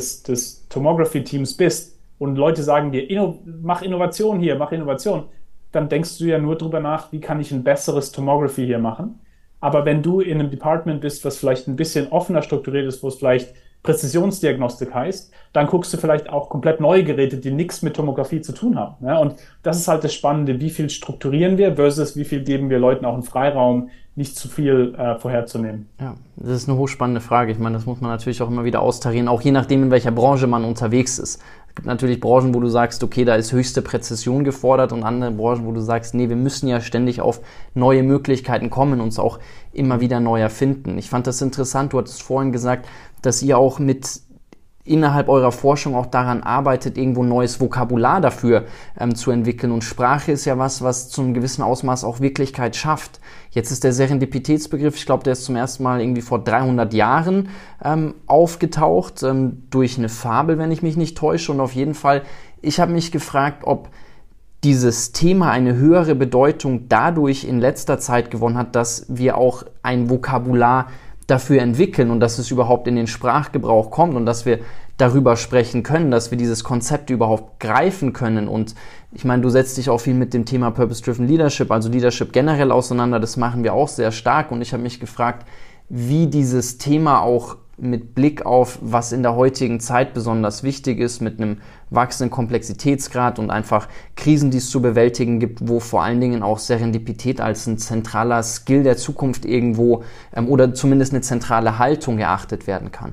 des Tomography-Teams bist und Leute sagen dir, mach Innovation hier, mach Innovation, dann denkst du ja nur drüber nach, wie kann ich ein besseres Tomography hier machen. Aber wenn du in einem Department bist, was vielleicht ein bisschen offener strukturiert ist, wo es vielleicht Präzisionsdiagnostik heißt, dann guckst du vielleicht auch komplett neue Geräte, die nichts mit Tomographie zu tun haben. Ja? Und das ist halt das Spannende, wie viel strukturieren wir versus wie viel geben wir Leuten auch einen Freiraum, nicht zu viel vorherzunehmen.
Ja, das ist eine hochspannende Frage. Ich meine, das muss man natürlich auch immer wieder austarieren, auch je nachdem, in welcher Branche man unterwegs ist. Es gibt natürlich Branchen, wo du sagst, okay, da ist höchste Präzision gefordert und andere Branchen, wo du sagst, nee, wir müssen ja ständig auf neue Möglichkeiten kommen und uns auch immer wieder neu erfinden. Ich fand das interessant, du hattest vorhin gesagt, dass ihr auch innerhalb eurer Forschung auch daran arbeitet, irgendwo neues Vokabular dafür zu entwickeln. Und Sprache ist ja was zu einem gewissen Ausmaß auch Wirklichkeit schafft. Jetzt ist der Serendipitätsbegriff, ich glaube, der ist zum ersten Mal irgendwie vor 300 Jahren aufgetaucht, durch eine Fabel, wenn ich mich nicht täusche. Und auf jeden Fall, ich habe mich gefragt, ob dieses Thema eine höhere Bedeutung dadurch in letzter Zeit gewonnen hat, dass wir auch ein Vokabular dafür entwickeln und dass es überhaupt in den Sprachgebrauch kommt und dass wir darüber sprechen können, dass wir dieses Konzept überhaupt greifen können. Und ich meine, du setzt dich auch viel mit dem Thema Purpose-Driven Leadership, also Leadership generell auseinander, das machen wir auch sehr stark und ich habe mich gefragt, wie dieses Thema auch mit Blick auf, was in der heutigen Zeit besonders wichtig ist, mit einem wachsenden Komplexitätsgrad und einfach Krisen, die es zu bewältigen gibt, wo vor allen Dingen auch Serendipität als ein zentraler Skill der Zukunft irgendwo oder zumindest eine zentrale Haltung erachtet werden kann.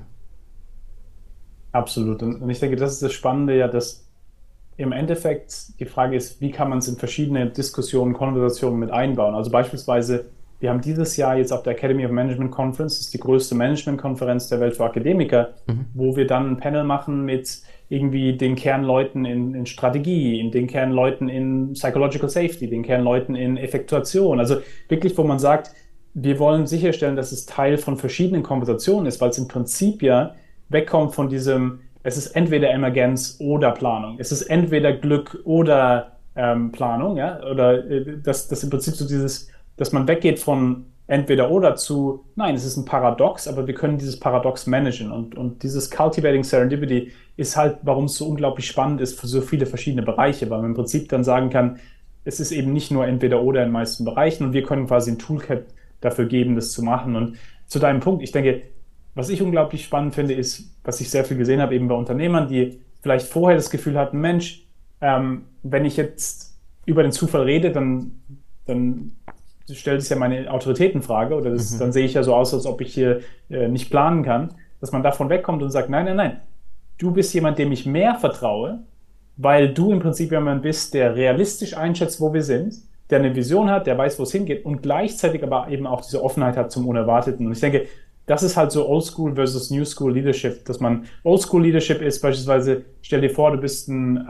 Absolut. Und ich denke, das ist das Spannende ja, dass im Endeffekt die Frage ist, wie kann man es in verschiedene Diskussionen, Konversationen mit einbauen? Also beispielsweise, wir haben dieses Jahr jetzt auf der Academy of Management Conference, das ist die größte Management-Konferenz der Welt für Akademiker, wo wir dann ein Panel machen mit irgendwie den Kernleuten in Strategie, in den Kernleuten in Psychological Safety, den Kernleuten in Effektuation. Also wirklich, wo man sagt, wir wollen sicherstellen, dass es Teil von verschiedenen Konversationen ist, weil es im Prinzip ja wegkommt von diesem, es ist entweder Emergenz oder Planung. Es ist entweder Glück oder Planung, ja, oder das im Prinzip so dieses, dass man weggeht von entweder oder zu, nein, es ist ein Paradox, aber wir können dieses Paradox managen. Und dieses Cultivating Serendipity ist halt, warum es so unglaublich spannend ist für so viele verschiedene Bereiche, weil man im Prinzip dann sagen kann, es ist eben nicht nur entweder oder in den meisten Bereichen und wir können quasi ein Toolkit dafür geben, das zu machen. Und zu deinem Punkt, ich denke, was ich unglaublich spannend finde, ist, was ich sehr viel gesehen habe, eben bei Unternehmern, die vielleicht vorher das Gefühl hatten, Mensch, wenn ich jetzt über den Zufall rede, dann stellt es ja meine Autorität in Frage oder dann sehe ich ja so aus, als ob ich hier nicht planen kann, dass man davon wegkommt und sagt, nein, nein, nein, du bist jemand, dem ich mehr vertraue, weil du im Prinzip jemand bist, der realistisch einschätzt, wo wir sind, der eine Vision hat, der weiß, wo es hingeht und gleichzeitig aber eben auch diese Offenheit hat zum Unerwarteten. Und ich denke, das ist halt so Oldschool versus New School Leadership, dass man Oldschool Leadership ist, beispielsweise, stell dir vor, du bist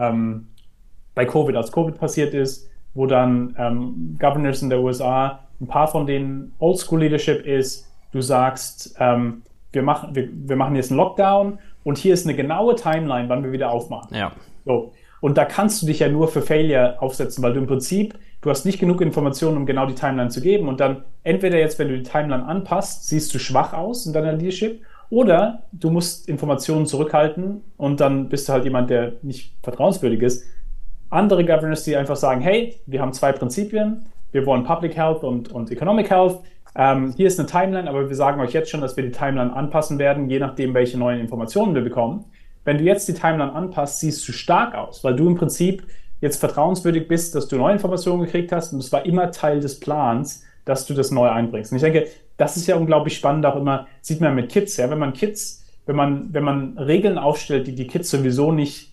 bei Covid, als Covid passiert ist, wo dann Governors in der USA, ein paar von denen Oldschool Leadership ist, du sagst, wir machen jetzt einen Lockdown und hier ist eine genaue Timeline, wann wir wieder aufmachen.
Ja.
So. Und da kannst du dich ja nur für Failure aufsetzen, weil du im Prinzip, du hast nicht genug Informationen, um genau die Timeline zu geben. Und dann entweder jetzt, wenn du die Timeline anpasst, siehst du schwach aus in deiner Leadership, oder du musst Informationen zurückhalten und dann bist du halt jemand, der nicht vertrauenswürdig ist. Andere Governors, die einfach sagen, hey, wir haben 2 Prinzipien, wir wollen Public Health und Economic Health. Hier ist eine Timeline, aber wir sagen euch jetzt schon, dass wir die Timeline anpassen werden, je nachdem, welche neuen Informationen wir bekommen. Wenn du jetzt die Timeline anpasst, siehst du stark aus, weil du im Prinzip jetzt vertrauenswürdig bist, dass du neue Informationen gekriegt hast und es war immer Teil des Plans, dass du das neu einbringst. Und ich denke, das ist ja unglaublich spannend, auch immer, sieht man mit Kids, ja, wenn man Regeln aufstellt, die Kids sowieso nicht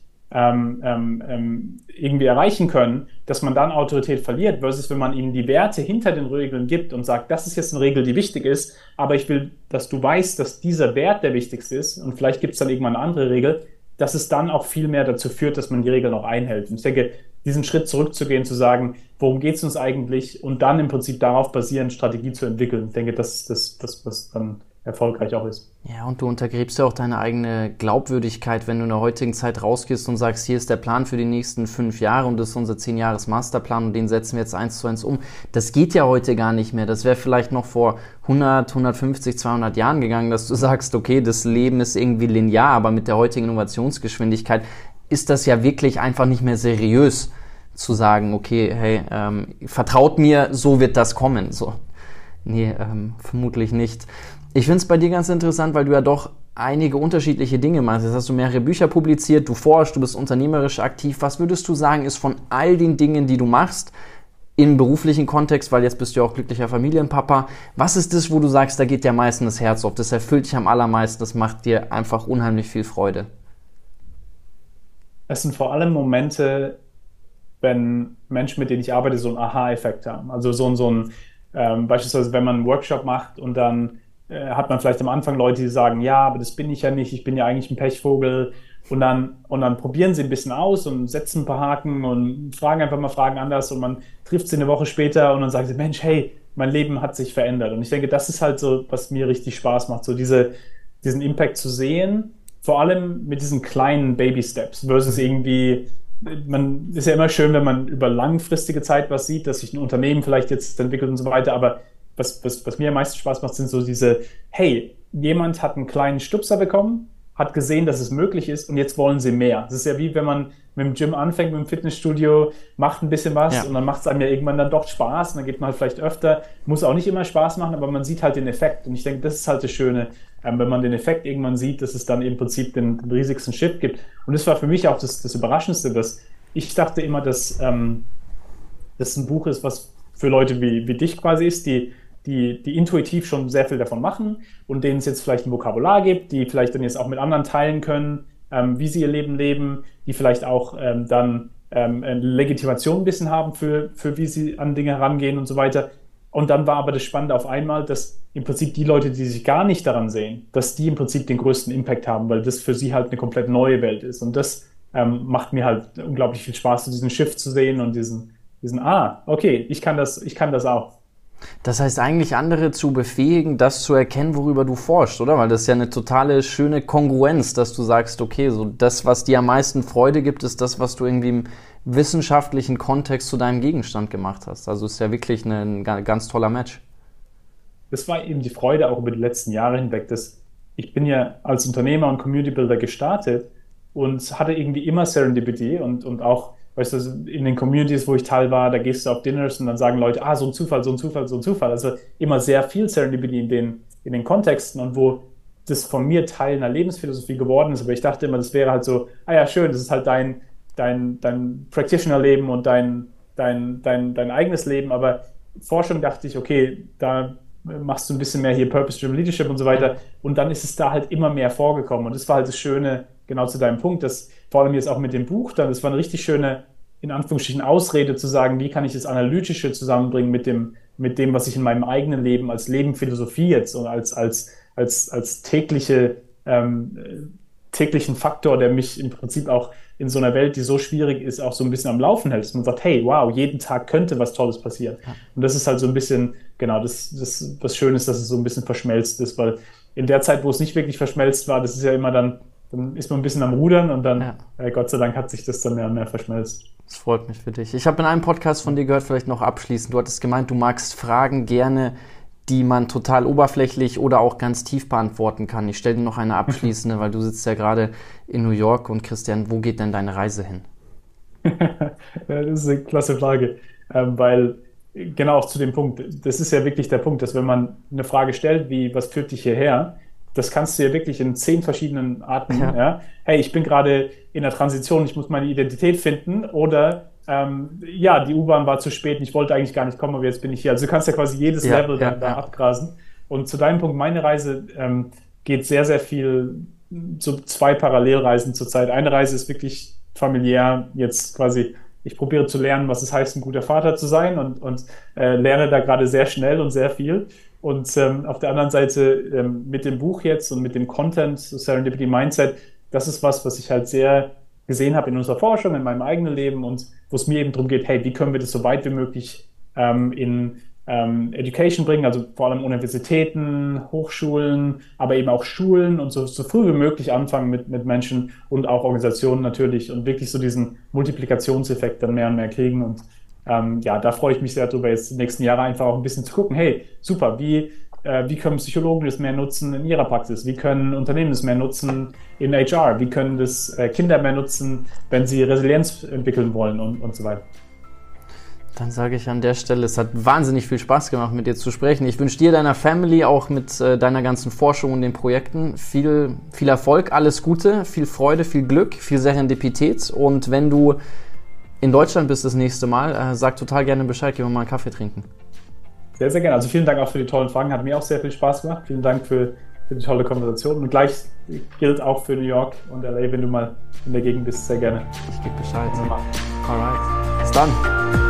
irgendwie erreichen können, dass man dann Autorität verliert, versus wenn man ihnen die Werte hinter den Regeln gibt und sagt, das ist jetzt eine Regel, die wichtig ist, aber ich will, dass du weißt, dass dieser Wert der wichtigste ist und vielleicht gibt es dann irgendwann eine andere Regel, dass es dann auch viel mehr dazu führt, dass man die Regeln auch einhält. Und ich denke, diesen Schritt zurückzugehen, zu sagen, worum geht es uns eigentlich und dann im Prinzip darauf basierend Strategie zu entwickeln. Ich denke, das ist das, was dann erfolgreich auch ist.
Ja, und du untergräbst ja auch deine eigene Glaubwürdigkeit, wenn du in der heutigen Zeit rausgehst und sagst, hier ist der Plan für die nächsten 5 Jahre und das ist unser 10-Jahres-Masterplan und den setzen wir jetzt 1:1 um. Das geht ja heute gar nicht mehr. Das wäre vielleicht noch vor 100, 150, 200 Jahren gegangen, dass du sagst, okay, das Leben ist irgendwie linear, aber mit der heutigen Innovationsgeschwindigkeit ist das ja wirklich einfach nicht mehr seriös zu sagen, okay, hey, vertraut mir, so wird das kommen. So. Nee, vermutlich nicht. Ich finde es bei dir ganz interessant, weil du ja doch einige unterschiedliche Dinge machst. Jetzt hast du mehrere Bücher publiziert, du forschst, du bist unternehmerisch aktiv. Was würdest du sagen, ist von all den Dingen, die du machst, im beruflichen Kontext, weil jetzt bist du ja auch glücklicher Familienpapa, was ist das, wo du sagst, da geht dir am meisten das Herz auf, das erfüllt dich am allermeisten, das macht dir einfach unheimlich viel Freude?
Es sind vor allem Momente, wenn Menschen, mit denen ich arbeite, so einen Aha-Effekt haben. Also so ein beispielsweise, wenn man einen Workshop macht und dann hat man vielleicht am Anfang Leute, die sagen, ja, aber das bin ich ja nicht, ich bin ja eigentlich ein Pechvogel. Und dann probieren sie ein bisschen aus und setzen ein paar Haken und fragen einfach mal Fragen anders und man trifft sie eine Woche später und dann sagen sie, Mensch, hey, mein Leben hat sich verändert. Und ich denke, das ist halt so, was mir richtig Spaß macht, so diesen Impact zu sehen, vor allem mit diesen kleinen Baby-Steps versus irgendwie, man ist ja immer schön, wenn man über langfristige Zeit was sieht, dass sich ein Unternehmen vielleicht jetzt entwickelt und so weiter, aber was mir am meisten Spaß macht, sind so diese, hey, jemand hat einen kleinen Stupser bekommen, hat gesehen, dass es möglich ist und jetzt wollen sie mehr. Das ist ja wie wenn man mit dem Gym anfängt, mit dem Fitnessstudio, macht ein bisschen was und dann macht es einem ja irgendwann dann doch Spaß und dann geht man halt vielleicht öfter. Muss auch nicht immer Spaß machen, aber man sieht halt den Effekt und ich denke, das ist halt das Schöne, wenn man den Effekt irgendwann sieht, dass es dann im Prinzip den riesigsten Shift gibt. Und das war für mich auch das Überraschendste, dass ich dachte immer, dass das ein Buch ist, was für Leute wie dich quasi ist, die intuitiv schon sehr viel davon machen und denen es jetzt vielleicht ein Vokabular gibt, die vielleicht dann jetzt auch mit anderen teilen können, wie sie ihr Leben leben, die vielleicht auch dann eine Legitimation ein bisschen haben für wie sie an Dinge herangehen und so weiter. Und dann war aber das Spannende auf einmal, dass im Prinzip die Leute, die sich gar nicht daran sehen, dass die im Prinzip den größten Impact haben, weil das für sie halt eine komplett neue Welt ist. Und das macht mir halt unglaublich viel Spaß, diesen Shift zu sehen und diesen okay, ich kann das auch.
Das heißt eigentlich andere zu befähigen, das zu erkennen, worüber du forschst, oder? Weil das ist ja eine totale schöne Kongruenz, dass du sagst, okay, so das, was dir am meisten Freude gibt, ist das, was du irgendwie im wissenschaftlichen Kontext zu deinem Gegenstand gemacht hast. Also ist ja wirklich ein ganz toller Match.
Das war eben die Freude auch über die letzten Jahre hinweg, dass ich bin ja als Unternehmer und Community Builder gestartet und hatte irgendwie immer Serendipity und auch, weißt du, in den Communities, wo ich Teil war, da gehst du auf Dinners und dann sagen Leute, so ein Zufall, so ein Zufall, so ein Zufall. Also immer sehr viel Serendipity in den Kontexten und wo das von mir Teil einer Lebensphilosophie geworden ist. Aber ich dachte immer, das wäre halt so, ja schön, das ist halt dein Practitioner-Leben und dein dein eigenes Leben, aber Forschung dachte ich, okay, da machst du ein bisschen mehr hier Purpose-Driven Leadership und so weiter. Und dann ist es da halt immer mehr vorgekommen. Und das war halt das Schöne, genau zu deinem Punkt, dass vor allem jetzt auch mit dem Buch, dann, das war eine richtig schöne, in Anführungsstrichen, Ausrede zu sagen, wie kann ich das Analytische zusammenbringen mit dem, was ich in meinem eigenen Leben als Lebenphilosophie jetzt und als täglichen Faktor, der mich im Prinzip auch in so einer Welt, die so schwierig ist, auch so ein bisschen am Laufen hält. Dass man sagt, hey, wow, jeden Tag könnte was Tolles passieren. Ja. Und das ist halt so ein bisschen, genau, das Schöne ist, dass es so ein bisschen verschmelzt ist, weil in der Zeit, wo es nicht wirklich verschmelzt war, das ist ja immer dann ist man ein bisschen am Rudern und dann, Gott sei Dank, hat sich das dann mehr und mehr verschmelzt.
Das freut mich für dich. Ich habe in einem Podcast von dir gehört, vielleicht noch abschließend, du hattest gemeint, du magst Fragen gerne, die man total oberflächlich oder auch ganz tief beantworten kann. Ich stelle dir noch eine abschließende, weil du sitzt ja gerade in New York und Christian, wo geht denn deine Reise hin?
Das ist eine klasse Frage, weil genau auch zu dem Punkt, das ist ja wirklich der Punkt, dass wenn man eine Frage stellt, wie, was führt dich hierher, das kannst du ja wirklich in 10 verschiedenen Arten, ja. Hey, ich bin gerade in der Transition, ich muss meine Identität finden da die U-Bahn war zu spät und ich wollte eigentlich gar nicht kommen, aber jetzt bin ich hier. Also du kannst ja quasi jedes Level da abgrasen. Und zu deinem Punkt, meine Reise geht sehr, sehr viel, so 2 Parallelreisen zurzeit. Eine Reise ist wirklich familiär, jetzt quasi, ich probiere zu lernen, was es heißt, ein guter Vater zu sein und lerne da gerade sehr schnell und sehr viel. Und auf der anderen Seite mit dem Buch jetzt und mit dem Content, so Serendipity Mindset, das ist was ich halt sehr gesehen habe in unserer Forschung, in meinem eigenen Leben und wo es mir eben darum geht, hey, wie können wir das so weit wie möglich in Education bringen, also vor allem Universitäten, Hochschulen, aber eben auch Schulen und so früh wie möglich anfangen mit Menschen und auch Organisationen natürlich und wirklich so diesen Multiplikationseffekt dann mehr und mehr kriegen und da freue ich mich sehr drüber, jetzt die nächsten Jahre einfach auch ein bisschen zu gucken, hey, super, wie können Psychologen das mehr nutzen in ihrer Praxis? Wie können Unternehmen das mehr nutzen in HR? Wie können das Kinder mehr nutzen, wenn sie Resilienz entwickeln wollen und so weiter?
Dann sage ich an der Stelle, es hat wahnsinnig viel Spaß gemacht, mit dir zu sprechen. Ich wünsche dir, deiner Family, auch mit deiner ganzen Forschung und den Projekten viel Erfolg, alles Gute, viel Freude, viel Glück, viel Serendipität. Und wenn du in Deutschland bist das nächste Mal, sag total gerne Bescheid, gehen wir mal einen Kaffee trinken.
Sehr, sehr gerne. Also vielen Dank auch für die tollen Fragen. Hat mir auch sehr viel Spaß gemacht. Vielen Dank für die tolle Konversation. Und gleich gilt auch für New York und LA, wenn du mal in der Gegend bist, sehr gerne.
Ich gebe Bescheid. Alright. Bis dann.